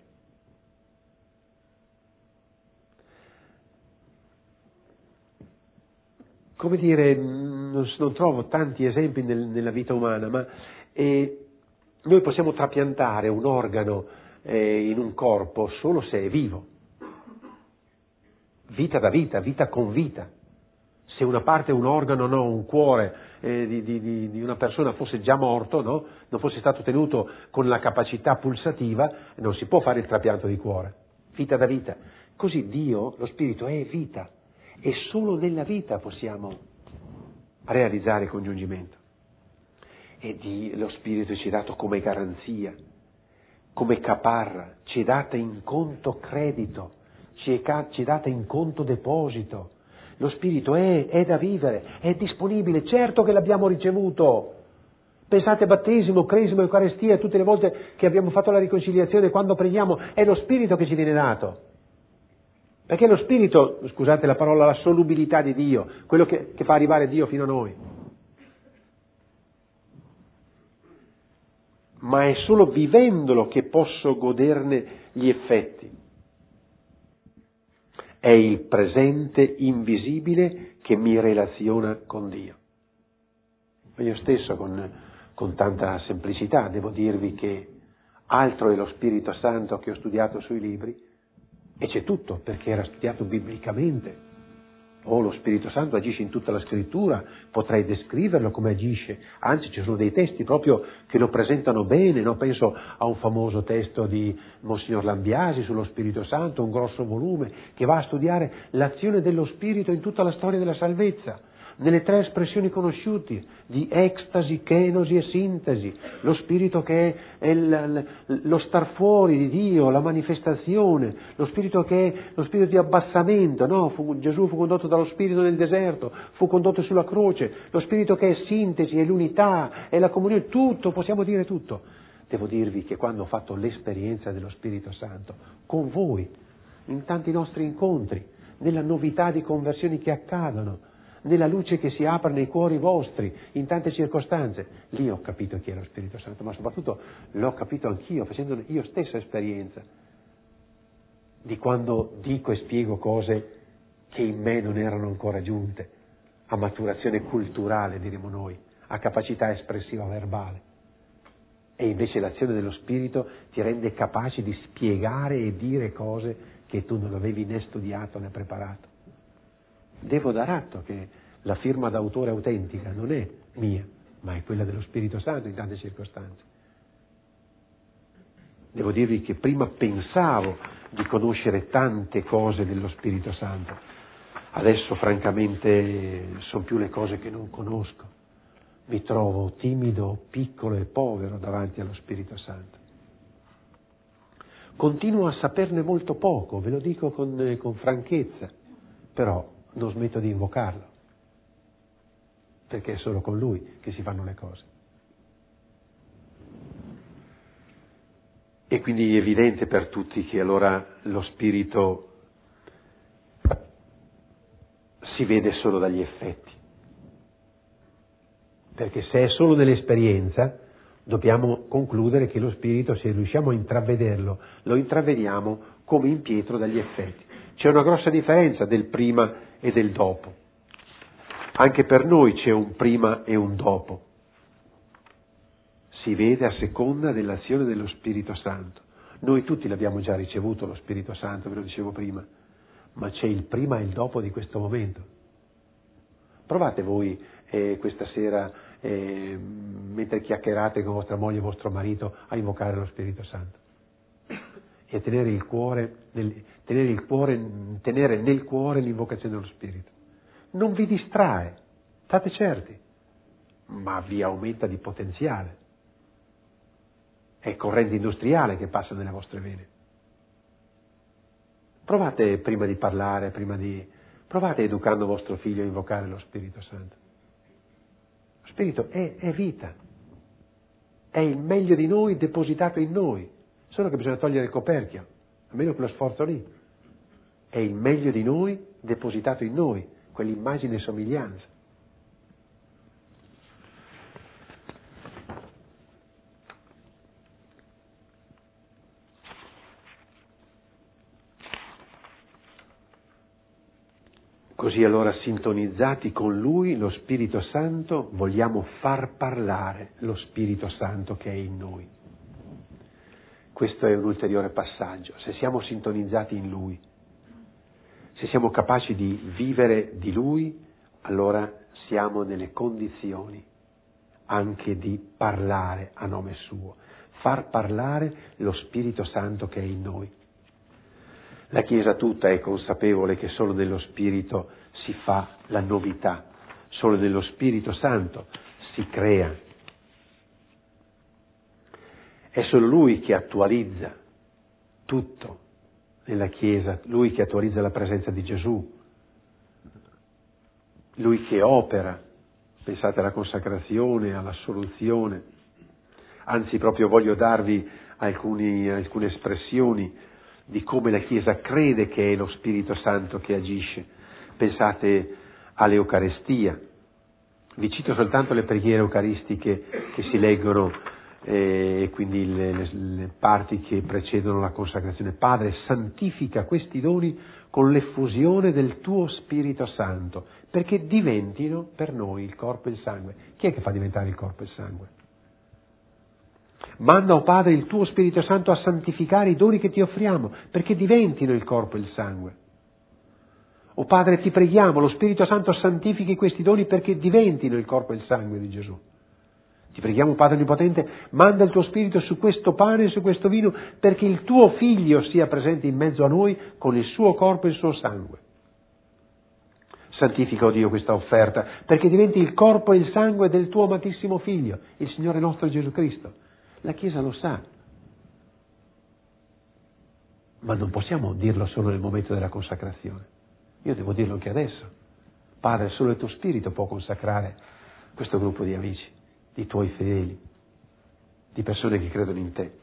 Come dire, non, non trovo tanti esempi nel, nella vita umana, ma eh, noi possiamo trapiantare un organo eh, in un corpo solo se è vivo. Vita da vita, vita con vita. Se una parte, un organo, no, un cuore eh, di, di, di una persona fosse già morto, no, non fosse stato tenuto con la capacità pulsativa, non si può fare il trapianto di cuore. Vita da vita. Così Dio, lo Spirito, è vita. E solo nella vita possiamo realizzare il congiungimento. E di, lo Spirito ci è dato come garanzia, come caparra, ci è data in conto credito, ci è, ci è data in conto deposito. Lo Spirito è, è da vivere, è disponibile, certo che l'abbiamo ricevuto. Pensate a battesimo, cresimo, Eucaristia, tutte le volte che abbiamo fatto la riconciliazione, quando preghiamo, è lo Spirito che ci viene dato. Perché lo Spirito, scusate la parola, la solubilità di Dio, quello che, che fa arrivare Dio fino a noi. Ma è solo vivendolo che posso goderne gli effetti. è il presente invisibile che mi relaziona con Dio. Io stesso, con, con tanta semplicità, devo dirvi che altro è lo Spirito Santo che ho studiato sui libri, e c'è tutto, perché era studiato biblicamente. Oh, lo Spirito Santo agisce in tutta la Scrittura, potrei descriverlo come agisce, anzi ci sono dei testi proprio che lo presentano bene, no? Penso a un famoso testo di Monsignor Lambiasi sullo Spirito Santo, un grosso volume, che va a studiare l'azione dello Spirito in tutta la storia della salvezza, nelle tre espressioni conosciute di estasi, kenosi e sintesi, lo Spirito che è il, lo star fuori di Dio, la manifestazione, lo Spirito che è lo Spirito di abbassamento, no? Fu, Gesù fu condotto dallo Spirito nel deserto, fu condotto sulla croce, lo Spirito che è sintesi, è l'unità, è la comunione, tutto, possiamo dire tutto. Devo dirvi che quando ho fatto l'esperienza dello Spirito Santo, con voi, in tanti nostri incontri, nella novità di conversioni che accadono, nella luce che si apre nei cuori vostri, in tante circostanze, lì ho capito chi è lo Spirito Santo, ma soprattutto l'ho capito anch'io, facendo io stessa esperienza di quando dico e spiego cose che in me non erano ancora giunte a maturazione culturale, diremo noi, a capacità espressiva verbale. E invece l'azione dello Spirito ti rende capace di spiegare e dire cose che tu non avevi né studiato né preparato. Devo dar atto che la firma d'autore autentica non è mia, ma è quella dello Spirito Santo in tante circostanze. Devo dirvi che prima pensavo di conoscere tante cose dello Spirito Santo, adesso francamente sono più le cose che non conosco. Mi trovo timido, piccolo e povero davanti allo Spirito Santo. Continuo a saperne molto poco, ve lo dico con, con franchezza, però non smetto di invocarlo, perché è solo con Lui che si fanno le cose. E quindi è evidente per tutti che allora lo Spirito si vede solo dagli effetti, perché se è solo nell'esperienza dobbiamo concludere che lo Spirito, se riusciamo a intravederlo, lo intravediamo come in Pietro dagli effetti. C'è una grossa differenza del prima e del dopo. Anche per noi c'è un prima e un dopo. Si vede a seconda dell'azione dello Spirito Santo. Noi tutti l'abbiamo già ricevuto lo Spirito Santo, ve lo dicevo prima, ma c'è il prima e il dopo di questo momento. Provate voi eh, questa sera, eh, mentre chiacchierate con vostra moglie e vostro marito, a invocare lo Spirito Santo e a tenere il cuore, nel, tenere il cuore, tenere nel cuore l'invocazione dello Spirito. Non vi distrae, state certi, ma vi aumenta di potenziale. È corrente industriale che passa nelle vostre vene. Provate prima di parlare, prima di... provate educando vostro figlio a invocare lo Spirito Santo. Lo Spirito è, è vita, è il meglio di noi depositato in noi, solo che bisogna togliere il coperchio, almeno quello sforzo lì. È il meglio di noi depositato in noi, quell'immagine e somiglianza. Così allora, sintonizzati con Lui, lo Spirito Santo, vogliamo far parlare lo Spirito Santo che è in noi. Questo è un ulteriore passaggio. Se siamo sintonizzati in Lui, se siamo capaci di vivere di Lui, allora siamo nelle condizioni anche di parlare a nome Suo, far parlare lo Spirito Santo che è in noi. La Chiesa tutta è consapevole che solo nello Spirito si fa la novità, solo nello Spirito Santo si crea. È solo Lui che attualizza tutto nella Chiesa, Lui che attualizza la presenza di Gesù, Lui che opera, pensate alla consacrazione, all'assoluzione. Anzi, proprio voglio darvi alcuni, alcune espressioni di come la Chiesa crede che è lo Spirito Santo che agisce. Pensate all'Eucarestia. Vi cito soltanto le preghiere eucaristiche che si leggono e quindi le, le, le parti che precedono la consacrazione. Padre, santifica questi doni con l'effusione del tuo Spirito Santo, perché diventino per noi il corpo e il sangue. Chi è che fa diventare il corpo e il sangue? Manda, o Padre, il tuo Spirito Santo a santificare i doni che ti offriamo, perché diventino il corpo e il sangue. O Padre, ti preghiamo, lo Spirito Santo santifichi questi doni perché diventino il corpo e il sangue di Gesù. Ti preghiamo, Padre Onnipotente, manda il tuo Spirito su questo pane e su questo vino perché il tuo Figlio sia presente in mezzo a noi con il suo corpo e il suo sangue. Santifica, o Dio, questa offerta perché diventi il corpo e il sangue del tuo amatissimo Figlio, il Signore nostro Gesù Cristo. La Chiesa lo sa, ma non possiamo dirlo solo nel momento della consacrazione. Io devo dirlo anche adesso. Padre, solo il tuo Spirito può consacrare questo gruppo di amici, di tuoi fedeli, di persone che credono in te.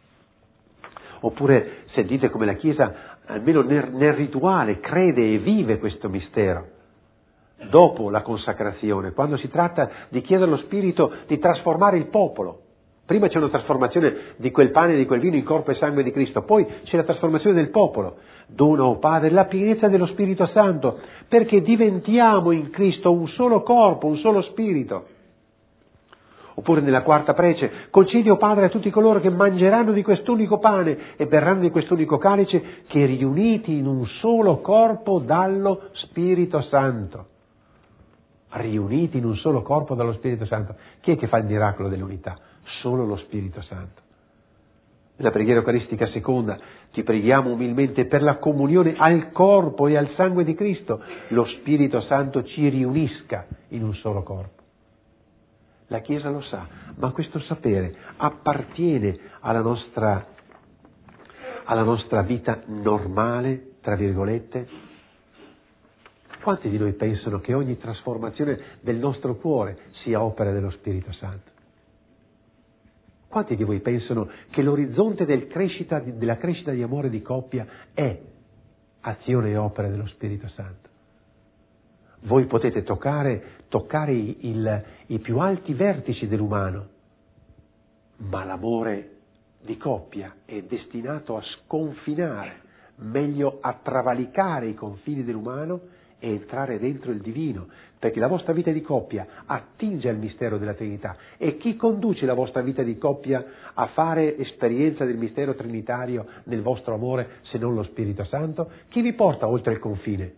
Oppure sentite come la Chiesa, almeno nel, nel rituale, crede e vive questo mistero. Dopo la consacrazione, quando si tratta di chiedere allo Spirito di trasformare il popolo. Prima c'è una trasformazione di quel pane e di quel vino in corpo e sangue di Cristo, poi c'è la trasformazione del popolo. Dona, o Padre, la pienezza dello Spirito Santo, perché diventiamo in Cristo un solo corpo, un solo Spirito. Oppure nella quarta prece, concedi, o Padre, a tutti coloro che mangeranno di quest'unico pane e berranno di quest'unico calice, che riuniti in un solo corpo dallo Spirito Santo. Riuniti in un solo corpo dallo Spirito Santo. Chi è che fa il miracolo dell'unità? Solo lo Spirito Santo. Nella preghiera eucaristica seconda ti preghiamo umilmente per la comunione al corpo e al sangue di Cristo. Lo Spirito Santo ci riunisca in un solo corpo. La Chiesa lo sa, ma questo sapere appartiene alla nostra, alla nostra vita normale, tra virgolette. Quanti di noi pensano che ogni trasformazione del nostro cuore sia opera dello Spirito Santo? Quanti di voi pensano che l'orizzonte del crescita, della crescita di amore di coppia è azione e opera dello Spirito Santo? Voi potete toccare, toccare il, i più alti vertici dell'umano, ma l'amore di coppia è destinato a sconfinare, meglio a travalicare i confini dell'umano e entrare dentro il divino, perché la vostra vita di coppia attinge al mistero della Trinità. E chi conduce la vostra vita di coppia a fare esperienza del mistero trinitario nel vostro amore, se non lo Spirito Santo? Chi vi porta oltre il confine?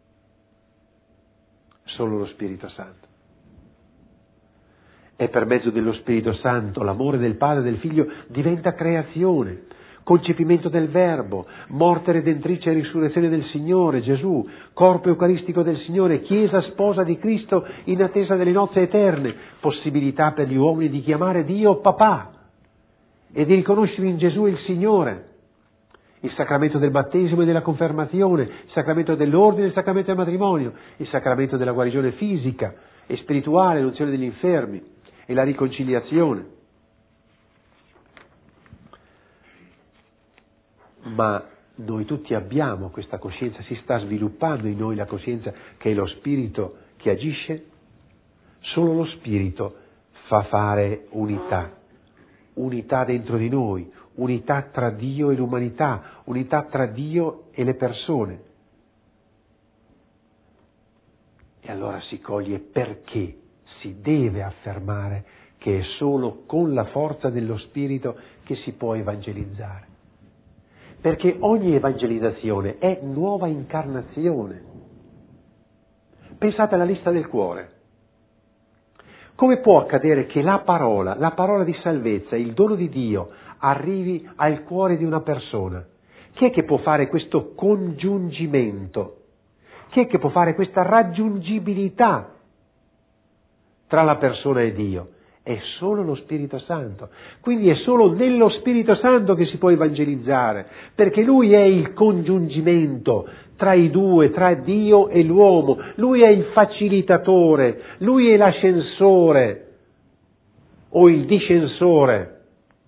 Solo lo Spirito Santo. E per mezzo dello Spirito Santo l'amore del Padre e del Figlio diventa creazione, concepimento del Verbo, morte redentrice e risurrezione del Signore Gesù, corpo eucaristico del Signore, Chiesa sposa di Cristo in attesa delle nozze eterne, possibilità per gli uomini di chiamare Dio papà e di riconoscere in Gesù il Signore, il sacramento del battesimo e della confermazione, il sacramento dell'ordine e il sacramento del matrimonio, il sacramento della guarigione fisica e spirituale, l'unzione degli infermi e la riconciliazione. Ma noi tutti abbiamo questa coscienza, si sta sviluppando in noi la coscienza che è lo Spirito che agisce. Solo lo Spirito fa fare unità, unità dentro di noi, unità tra Dio e l'umanità, unità tra Dio e le persone. E allora si coglie perché si deve affermare che è solo con la forza dello Spirito che si può evangelizzare. Perché ogni evangelizzazione è nuova incarnazione. Pensate alla lista del cuore. Come può accadere che la parola, la parola di salvezza, il dono di Dio, arrivi al cuore di una persona? Chi è che può fare questo congiungimento? Chi è che può fare questa raggiungibilità tra la persona e Dio? È solo lo Spirito Santo. Quindi è solo nello Spirito Santo che si può evangelizzare, perché Lui è il congiungimento tra i due, tra Dio e l'uomo. Lui è il facilitatore, Lui è l'ascensore o il discensore.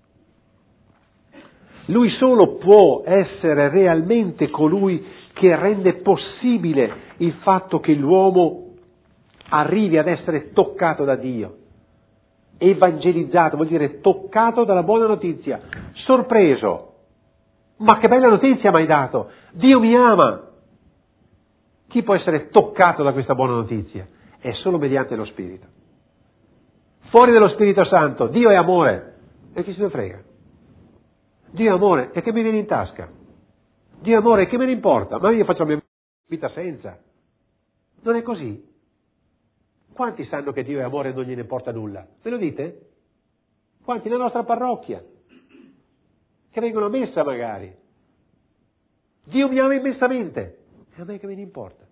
Lui solo può essere realmente colui che rende possibile il fatto che l'uomo arrivi ad essere toccato da Dio. Evangelizzato vuol dire toccato dalla buona notizia, sorpreso. Ma che bella notizia mi hai dato! Dio mi ama! Chi può essere toccato da questa buona notizia? È solo mediante lo Spirito. Fuori dello Spirito Santo, Dio è amore. E chi se ne frega? Dio è amore, e che mi viene in tasca? Dio è amore, e che me ne importa? Ma io faccio la mia vita senza. Non è così. Quanti sanno che Dio è amore e non gliene importa nulla? Ve lo dite? Quanti nella nostra parrocchia? Che vengono a messa magari. Dio mi ama immensamente. E a me che me ne importa?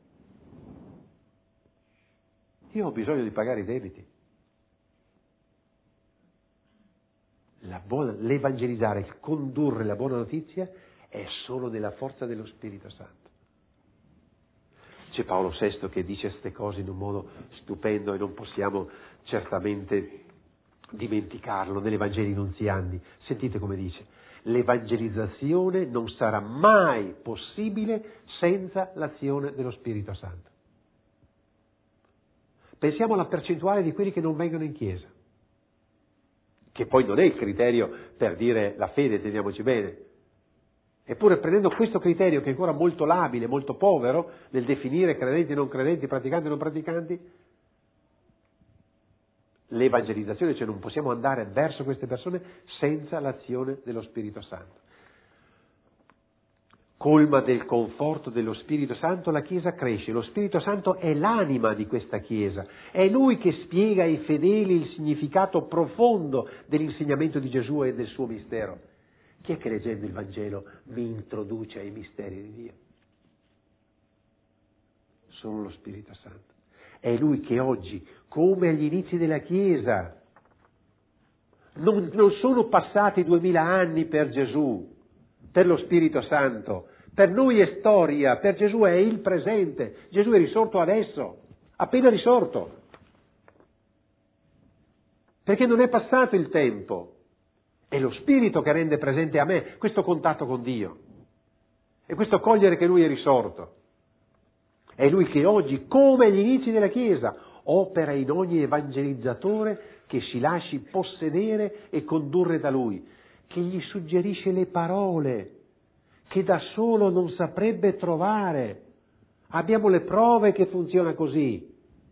Io ho bisogno di pagare i debiti. La buona, l'evangelizzare, il condurre la buona notizia è solo nella forza dello Spirito Santo. C'è Paolo sesto che dice queste cose in un modo stupendo e non possiamo certamente dimenticarlo negli Vangeli nunziandi. Sentite come dice: l'evangelizzazione non sarà mai possibile senza l'azione dello Spirito Santo. Pensiamo alla percentuale di quelli che non vengono in chiesa, che poi non è il criterio per dire la fede, teniamoci bene. Eppure prendendo questo criterio, che è ancora molto labile, molto povero nel definire credenti e non credenti, praticanti e non praticanti, l'evangelizzazione, cioè non possiamo andare verso queste persone senza l'azione dello Spirito Santo. Colma del conforto dello Spirito Santo, la Chiesa cresce. Lo Spirito Santo è l'anima di questa Chiesa, è Lui che spiega ai fedeli il significato profondo dell'insegnamento di Gesù e del suo mistero. Chi è che leggendo il Vangelo mi introduce ai misteri di Dio? Solo lo Spirito Santo. È Lui che oggi, come agli inizi della Chiesa, non, non sono passati duemila anni per Gesù, per lo Spirito Santo. Per noi è storia, per Gesù è il presente. Gesù è risorto adesso, appena risorto. Perché non è passato il tempo. È lo Spirito che rende presente a me questo contatto con Dio. E questo cogliere che Lui è risorto. È Lui che oggi, come agli inizi della Chiesa, opera in ogni evangelizzatore che si lasci possedere e condurre da Lui, che gli suggerisce le parole che da solo non saprebbe trovare. Abbiamo le prove che funziona così,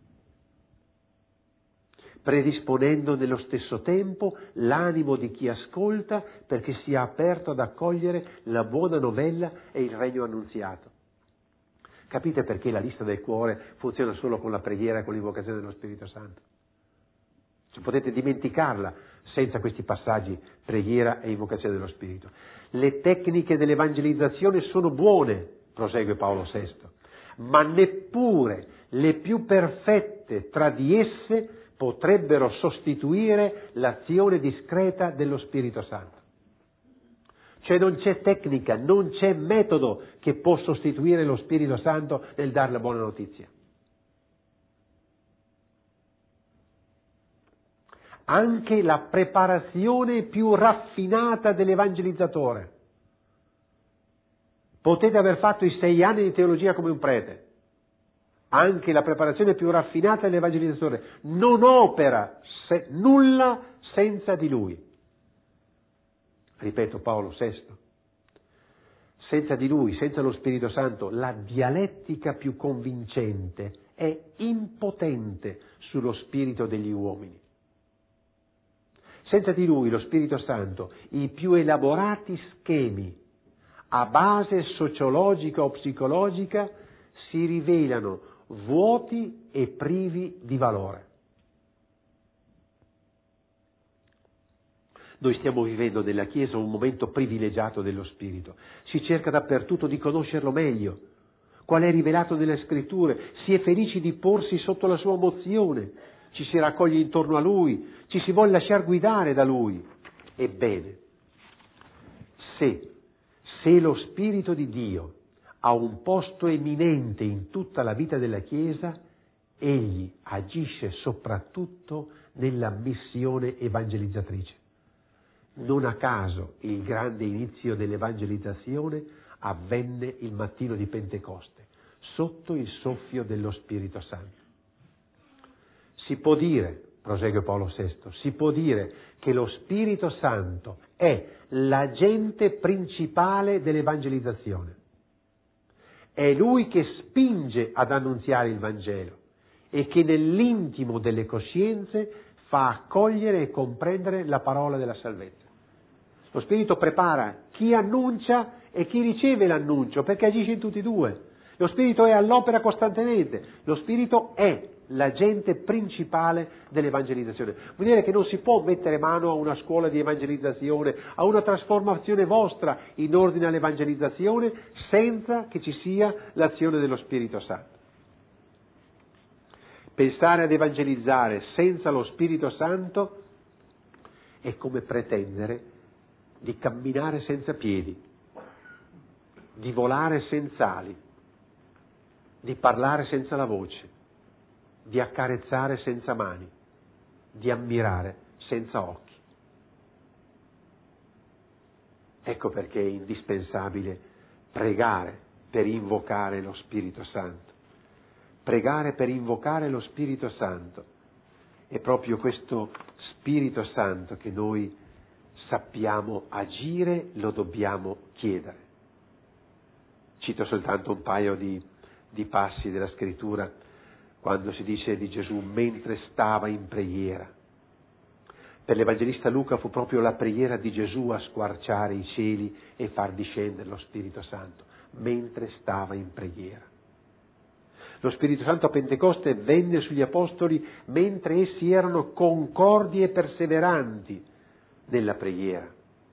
predisponendo nello stesso tempo l'animo di chi ascolta perché sia aperto ad accogliere la buona novella e il regno annunziato. Capite perché la lista del cuore funziona solo con la preghiera e con l'invocazione dello Spirito Santo? Cioè, potete dimenticarla senza questi passaggi, preghiera e invocazione dello Spirito. Le tecniche dell'evangelizzazione sono buone, prosegue Paolo sesto, ma neppure le più perfette tra di esse potrebbero sostituire l'azione discreta dello Spirito Santo. Cioè non c'è tecnica, non c'è metodo che può sostituire lo Spirito Santo nel dare la buona notizia. Anche la preparazione più raffinata dell'evangelizzatore. Potete aver fatto i sei anni di teologia come un prete. Anche la preparazione più raffinata dell'evangelizzatore non opera se, nulla senza di lui. Ripeto Paolo sesto. Senza di lui, senza lo Spirito Santo, la dialettica più convincente è impotente sullo spirito degli uomini. Senza di lui, lo Spirito Santo, i più elaborati schemi a base sociologica o psicologica si rivelano vuoti e privi di valore. Noi stiamo vivendo nella Chiesa un momento privilegiato dello Spirito. Si cerca dappertutto di conoscerlo meglio, qual è rivelato nelle Scritture, si è felici di porsi sotto la sua mozione, ci si raccoglie intorno a Lui, ci si vuole lasciar guidare da Lui. Ebbene, se, se lo Spirito di Dio ha un posto eminente in tutta la vita della Chiesa, Egli agisce soprattutto nella missione evangelizzatrice. Non a caso il grande inizio dell'evangelizzazione avvenne il mattino di Pentecoste, sotto il soffio dello Spirito Santo. Si può dire prosegue Paolo sesto, si può dire che lo Spirito Santo è l'agente principale dell'evangelizzazione. È Lui che spinge ad annunziare il Vangelo e che nell'intimo delle coscienze fa accogliere e comprendere la parola della salvezza. Lo Spirito prepara chi annuncia e chi riceve l'annuncio, perché agisce in tutti e due. Lo Spirito è all'opera costantemente, lo Spirito è l'agente principale dell'evangelizzazione. Vuol dire che non si può mettere mano a una scuola di evangelizzazione, a una trasformazione vostra in ordine all'evangelizzazione, senza che ci sia l'azione dello Spirito Santo. Pensare ad evangelizzare senza lo Spirito Santo è come pretendere di camminare senza piedi, di volare senza ali, di parlare senza la voce, di accarezzare senza mani, di ammirare senza occhi. Ecco perché è indispensabile pregare per invocare lo Spirito Santo. Pregare per invocare lo Spirito Santo. È proprio questo Spirito Santo che noi sappiamo agire, lo dobbiamo chiedere. Cito soltanto un paio di, di passi della Scrittura, quando si dice di Gesù mentre stava in preghiera. Per l'Evangelista Luca fu proprio la preghiera di Gesù a squarciare i cieli e far discendere lo Spirito Santo, mentre stava in preghiera. Lo Spirito Santo a Pentecoste venne sugli Apostoli mentre essi erano concordi e perseveranti nella preghiera.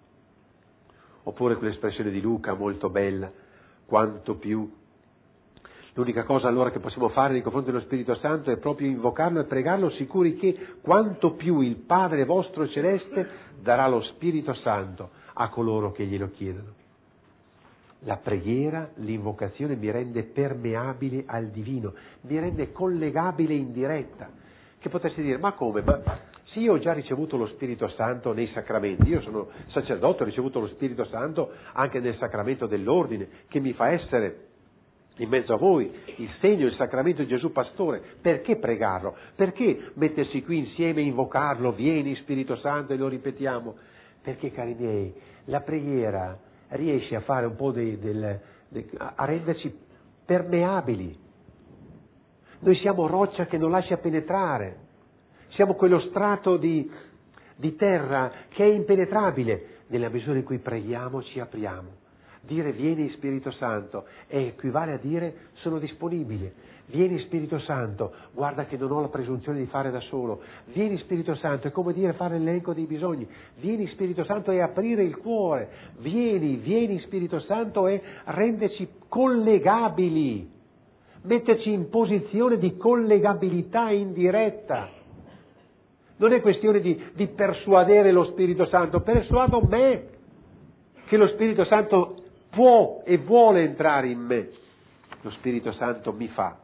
Oppure quell'espressione di Luca molto bella, quanto più. L'unica cosa allora che possiamo fare nei confronti dello Spirito Santo è proprio invocarlo e pregarlo, sicuri che quanto più il Padre vostro celeste darà lo Spirito Santo a coloro che glielo chiedono. La preghiera, l'invocazione mi rende permeabile al divino, mi rende collegabile in diretta. Che potresti dire, ma come? Ma sì, io ho già ricevuto lo Spirito Santo nei sacramenti, io sono sacerdote, ho ricevuto lo Spirito Santo anche nel sacramento dell'ordine, che mi fa essere in mezzo a voi il segno, il sacramento di Gesù Pastore. Perché pregarlo? Perché mettersi qui insieme e invocarlo? Vieni Spirito Santo, e lo ripetiamo. Perché, cari miei, la preghiera riesce a fare un po' del, del, del, a renderci permeabili. Noi siamo roccia che non lascia penetrare, siamo quello strato di, di terra che è impenetrabile. Nella misura in cui preghiamo ci apriamo. Dire vieni Spirito Santo equivale a dire sono disponibile. Vieni Spirito Santo, guarda che non ho la presunzione di fare da solo. Vieni Spirito Santo, è come dire fare l'elenco dei bisogni. Vieni Spirito Santo e aprire il cuore. Vieni, vieni Spirito Santo e renderci collegabili. Metterci in posizione di collegabilità indiretta. Non è questione di, di persuadere lo Spirito Santo, persuado me che lo Spirito Santo può e vuole entrare in me. Lo Spirito Santo mi fa,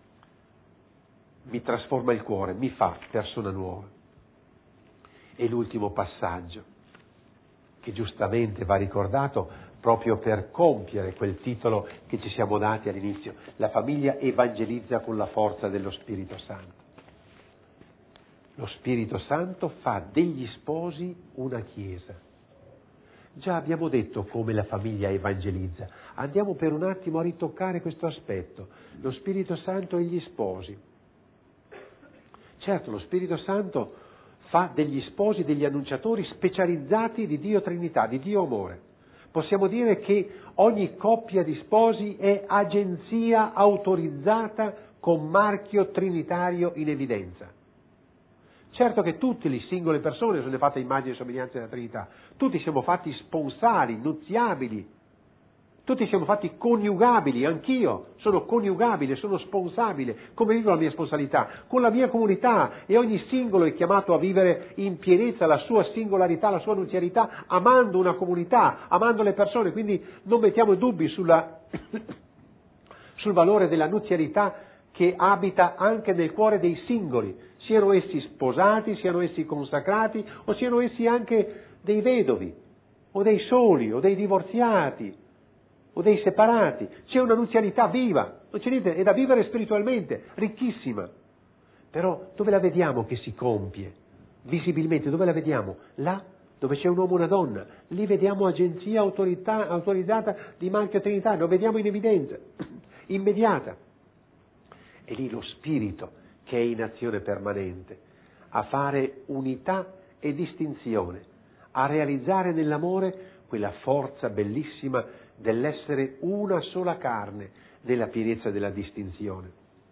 mi trasforma il cuore, mi fa persona nuova. E l'ultimo passaggio, che giustamente va ricordato proprio per compiere quel titolo che ci siamo dati all'inizio: la famiglia evangelizza con la forza dello Spirito Santo. Lo Spirito Santo fa degli sposi una chiesa. Già abbiamo detto come la famiglia evangelizza. Andiamo per un attimo a ritoccare questo aspetto. Lo Spirito Santo e gli sposi. Certo, lo Spirito Santo fa degli sposi, degli annunciatori specializzati di Dio Trinità, di Dio Amore. Possiamo dire che ogni coppia di sposi è agenzia autorizzata con marchio trinitario in evidenza. Certo che tutte le singole persone sono fatte a immagine e somiglianza della Trinità, tutti siamo fatti sponsali, nuziabili, tutti siamo fatti coniugabili, anch'io sono coniugabile, sono sponsabile. Come vivo la mia sponsalità? Con la mia comunità, e ogni singolo è chiamato a vivere in pienezza la sua singolarità, la sua nuzialità, amando una comunità, amando le persone. Quindi non mettiamo dubbi sulla, sul valore della nuzialità che abita anche nel cuore dei singoli, siano essi sposati, siano essi consacrati, o siano essi anche dei vedovi, o dei soli, o dei divorziati, o dei separati. C'è una nuzialità viva, non c'è niente, è da vivere spiritualmente, ricchissima. Però dove la vediamo che si compie? Visibilmente, dove la vediamo? Là dove c'è un uomo e una donna. Lì vediamo agenzia autorità, autorizzata di marchio Trinità, lo vediamo in evidenza, immediata. E lì lo Spirito che è in azione permanente, a fare unità e distinzione, a realizzare nell'amore quella forza bellissima dell'essere una sola carne nella pienezza della distinzione.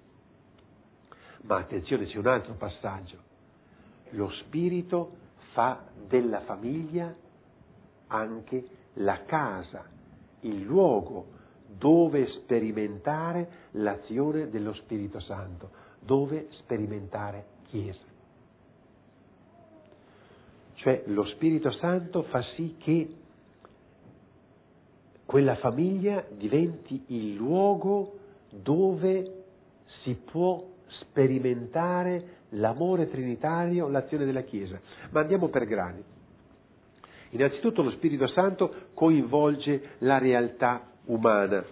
Ma attenzione, c'è un altro passaggio. Lo Spirito fa della famiglia anche la casa, il luogo dove sperimentare l'azione dello Spirito Santo, dove sperimentare Chiesa. Cioè lo Spirito Santo fa sì che quella famiglia diventi il luogo dove si può sperimentare l'amore trinitario, l'azione della Chiesa. Ma andiamo per gradi. Innanzitutto lo Spirito Santo coinvolge la realtà umana.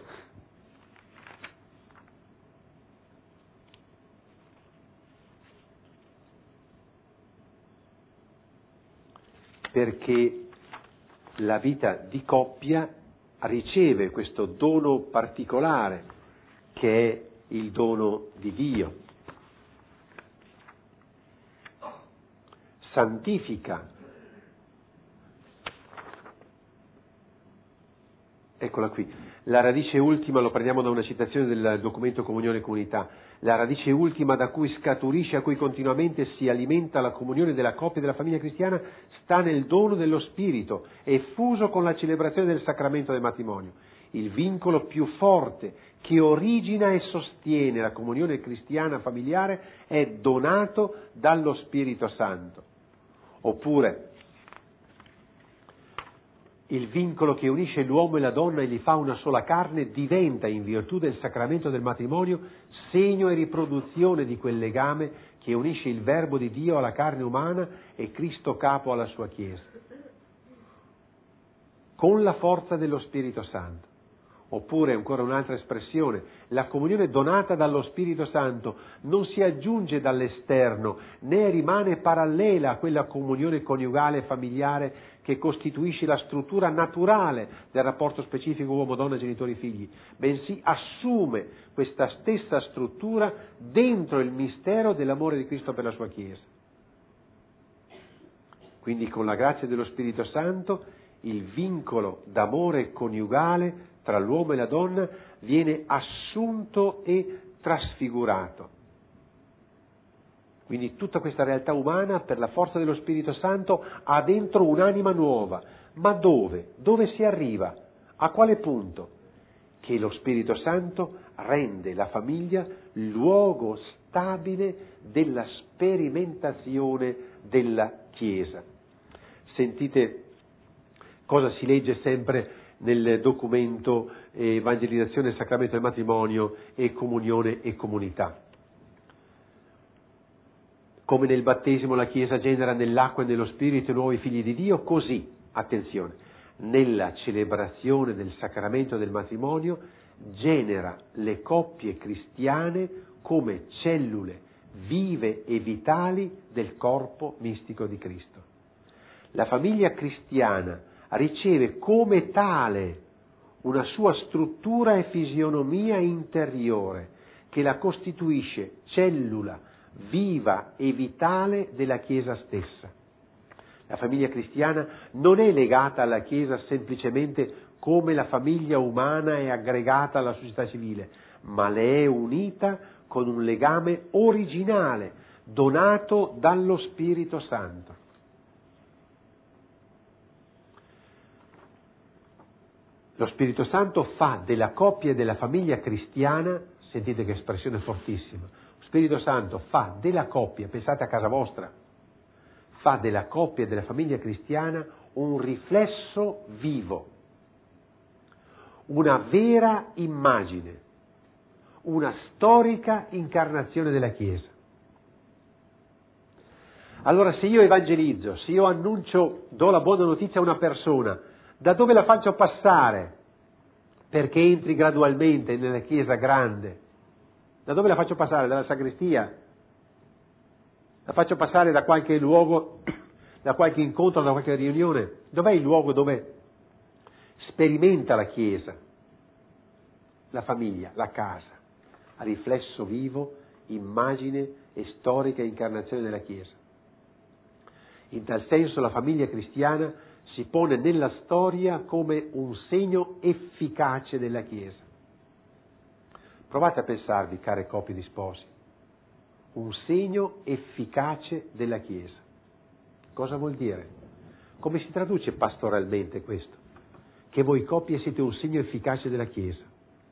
Perché la vita di coppia riceve questo dono particolare che è il dono di Dio. Santifica. Eccola qui. La radice ultima, lo prendiamo da una citazione del documento Comunione e Comunità, la radice ultima da cui scaturisce, a cui continuamente si alimenta la comunione della coppia e della famiglia cristiana, sta nel dono dello Spirito, è fuso con la celebrazione del sacramento del matrimonio. Il vincolo più forte che origina e sostiene la comunione cristiana familiare è donato dallo Spirito Santo. Oppure il vincolo che unisce l'uomo e la donna e li fa una sola carne diventa, in virtù del sacramento del matrimonio, segno e riproduzione di quel legame che unisce il Verbo di Dio alla carne umana e Cristo capo alla sua Chiesa, con la forza dello Spirito Santo. Oppure, ancora un'altra espressione, la comunione donata dallo Spirito Santo non si aggiunge dall'esterno, né rimane parallela a quella comunione coniugale e familiare che costituisce la struttura naturale del rapporto specifico uomo-donna, genitori-figli, bensì assume questa stessa struttura dentro il mistero dell'amore di Cristo per la sua Chiesa. Quindi con la grazia dello Spirito Santo il vincolo d'amore coniugale tra l'uomo e la donna viene assunto e trasfigurato. Quindi tutta questa realtà umana, per la forza dello Spirito Santo, ha dentro un'anima nuova. Ma dove? Dove si arriva? A quale punto? Che lo Spirito Santo rende la famiglia luogo stabile della sperimentazione della Chiesa. Sentite cosa si legge sempre nel documento Evangelizzazione, Sacramento del Matrimonio e Comunione e Comunità. Come nel battesimo la Chiesa genera nell'acqua e nello Spirito nuovi figli di Dio, così, attenzione, nella celebrazione del sacramento del matrimonio genera le coppie cristiane come cellule vive e vitali del corpo mistico di Cristo. La famiglia cristiana riceve come tale una sua struttura e fisionomia interiore che la costituisce cellula viva e vitale della Chiesa stessa. La famiglia cristiana non è legata alla Chiesa semplicemente come la famiglia umana è aggregata alla società civile, ma le è unita con un legame originale donato dallo Spirito Santo. Lo Spirito Santo fa della coppia e della famiglia cristiana, sentite che espressione fortissima, lo Spirito Santo fa della coppia, pensate a casa vostra, fa della coppia e della famiglia cristiana un riflesso vivo, una vera immagine, una storica incarnazione della Chiesa. Allora se io evangelizzo, se io annuncio, do la buona notizia a una persona, da dove la faccio passare perché entri gradualmente nella Chiesa grande? Da dove la faccio passare? Dalla sagrestia? La faccio passare da qualche luogo, da qualche incontro, da qualche riunione. Dov'è il luogo dove sperimenta la Chiesa, la famiglia, la casa, a riflesso vivo, immagine e storica incarnazione della Chiesa? In tal senso la famiglia cristiana si pone nella storia come un segno efficace della Chiesa. Provate a pensarvi, care coppie di sposi, un segno efficace della Chiesa. Cosa vuol dire? Come si traduce pastoralmente questo? Che voi coppie siete un segno efficace della Chiesa,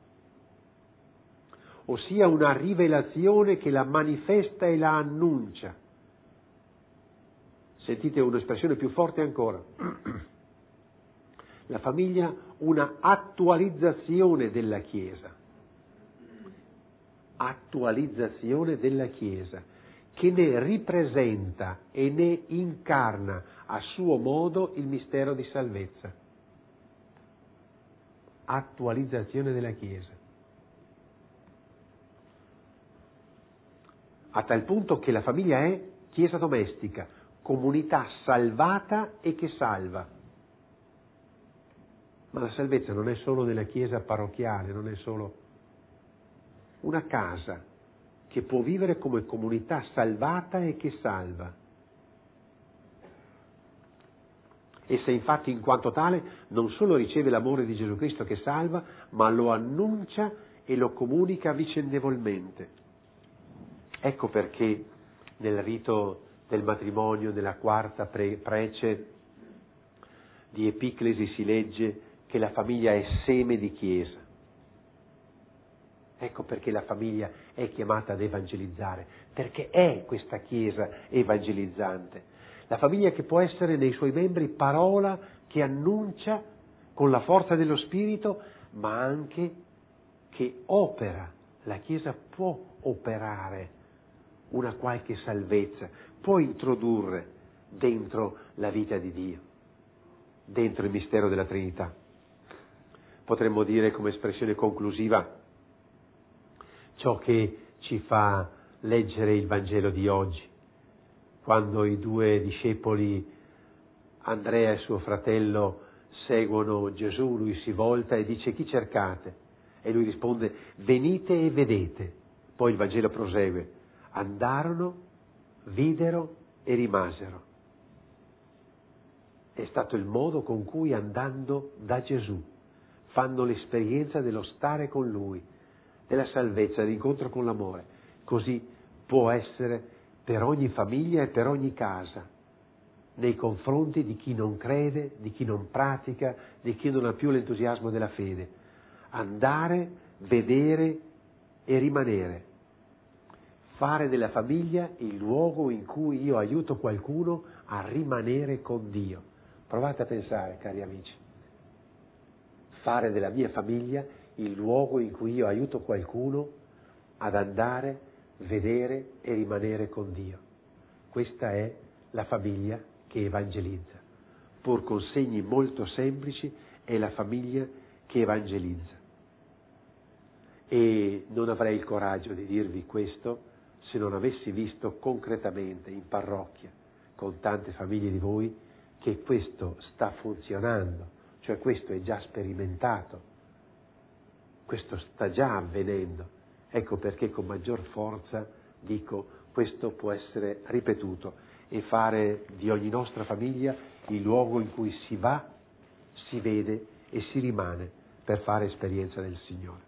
ossia una rivelazione che la manifesta e la annuncia. Sentite un'espressione più forte ancora. La famiglia, una attualizzazione della Chiesa. Attualizzazione della Chiesa, che ne ripresenta e ne incarna a suo modo il mistero di salvezza. Attualizzazione della Chiesa. A tal punto che la famiglia è Chiesa domestica, comunità salvata e che salva. Ma la salvezza non è solo nella chiesa parrocchiale, non è solo una casa che può vivere come comunità salvata e che salva. Essa infatti in quanto tale non solo riceve l'amore di Gesù Cristo che salva, ma lo annuncia e lo comunica vicendevolmente. Ecco perché nel rito del matrimonio, nella quarta pre- prece di Epiclesi si legge che la famiglia è seme di Chiesa. Ecco perché la famiglia è chiamata ad evangelizzare, perché è questa Chiesa evangelizzante. La famiglia che può essere nei suoi membri parola che annuncia con la forza dello Spirito, ma anche che opera. La Chiesa può operare una qualche salvezza, può introdurre dentro la vita di Dio, dentro il mistero della Trinità. Potremmo dire come espressione conclusiva ciò che ci fa leggere il Vangelo di oggi, quando i due discepoli, Andrea e suo fratello, seguono Gesù, lui si volta e dice: chi cercate? E lui risponde: venite e vedete. Poi il Vangelo prosegue: andarono, videro e rimasero. È stato il modo con cui, andando da Gesù, fanno l'esperienza dello stare con Lui, della salvezza, dell'incontro con l'amore. Così può essere per ogni famiglia e per ogni casa, nei confronti di chi non crede, di chi non pratica, di chi non ha più l'entusiasmo della fede. Andare, vedere e rimanere. Fare della famiglia il luogo in cui io aiuto qualcuno a rimanere con Dio. Provate a pensare, cari amici. Fare della mia famiglia il luogo in cui io aiuto qualcuno ad andare, vedere e rimanere con Dio. Questa è la famiglia che evangelizza. Pur con segni molto semplici, è la famiglia che evangelizza. E non avrei il coraggio di dirvi questo se non avessi visto concretamente in parrocchia, con tante famiglie di voi, che questo sta funzionando, cioè questo è già sperimentato, questo sta già avvenendo. Ecco perché con maggior forza dico: questo può essere ripetuto e fare di ogni nostra famiglia il luogo in cui si va, si vede e si rimane per fare esperienza del Signore.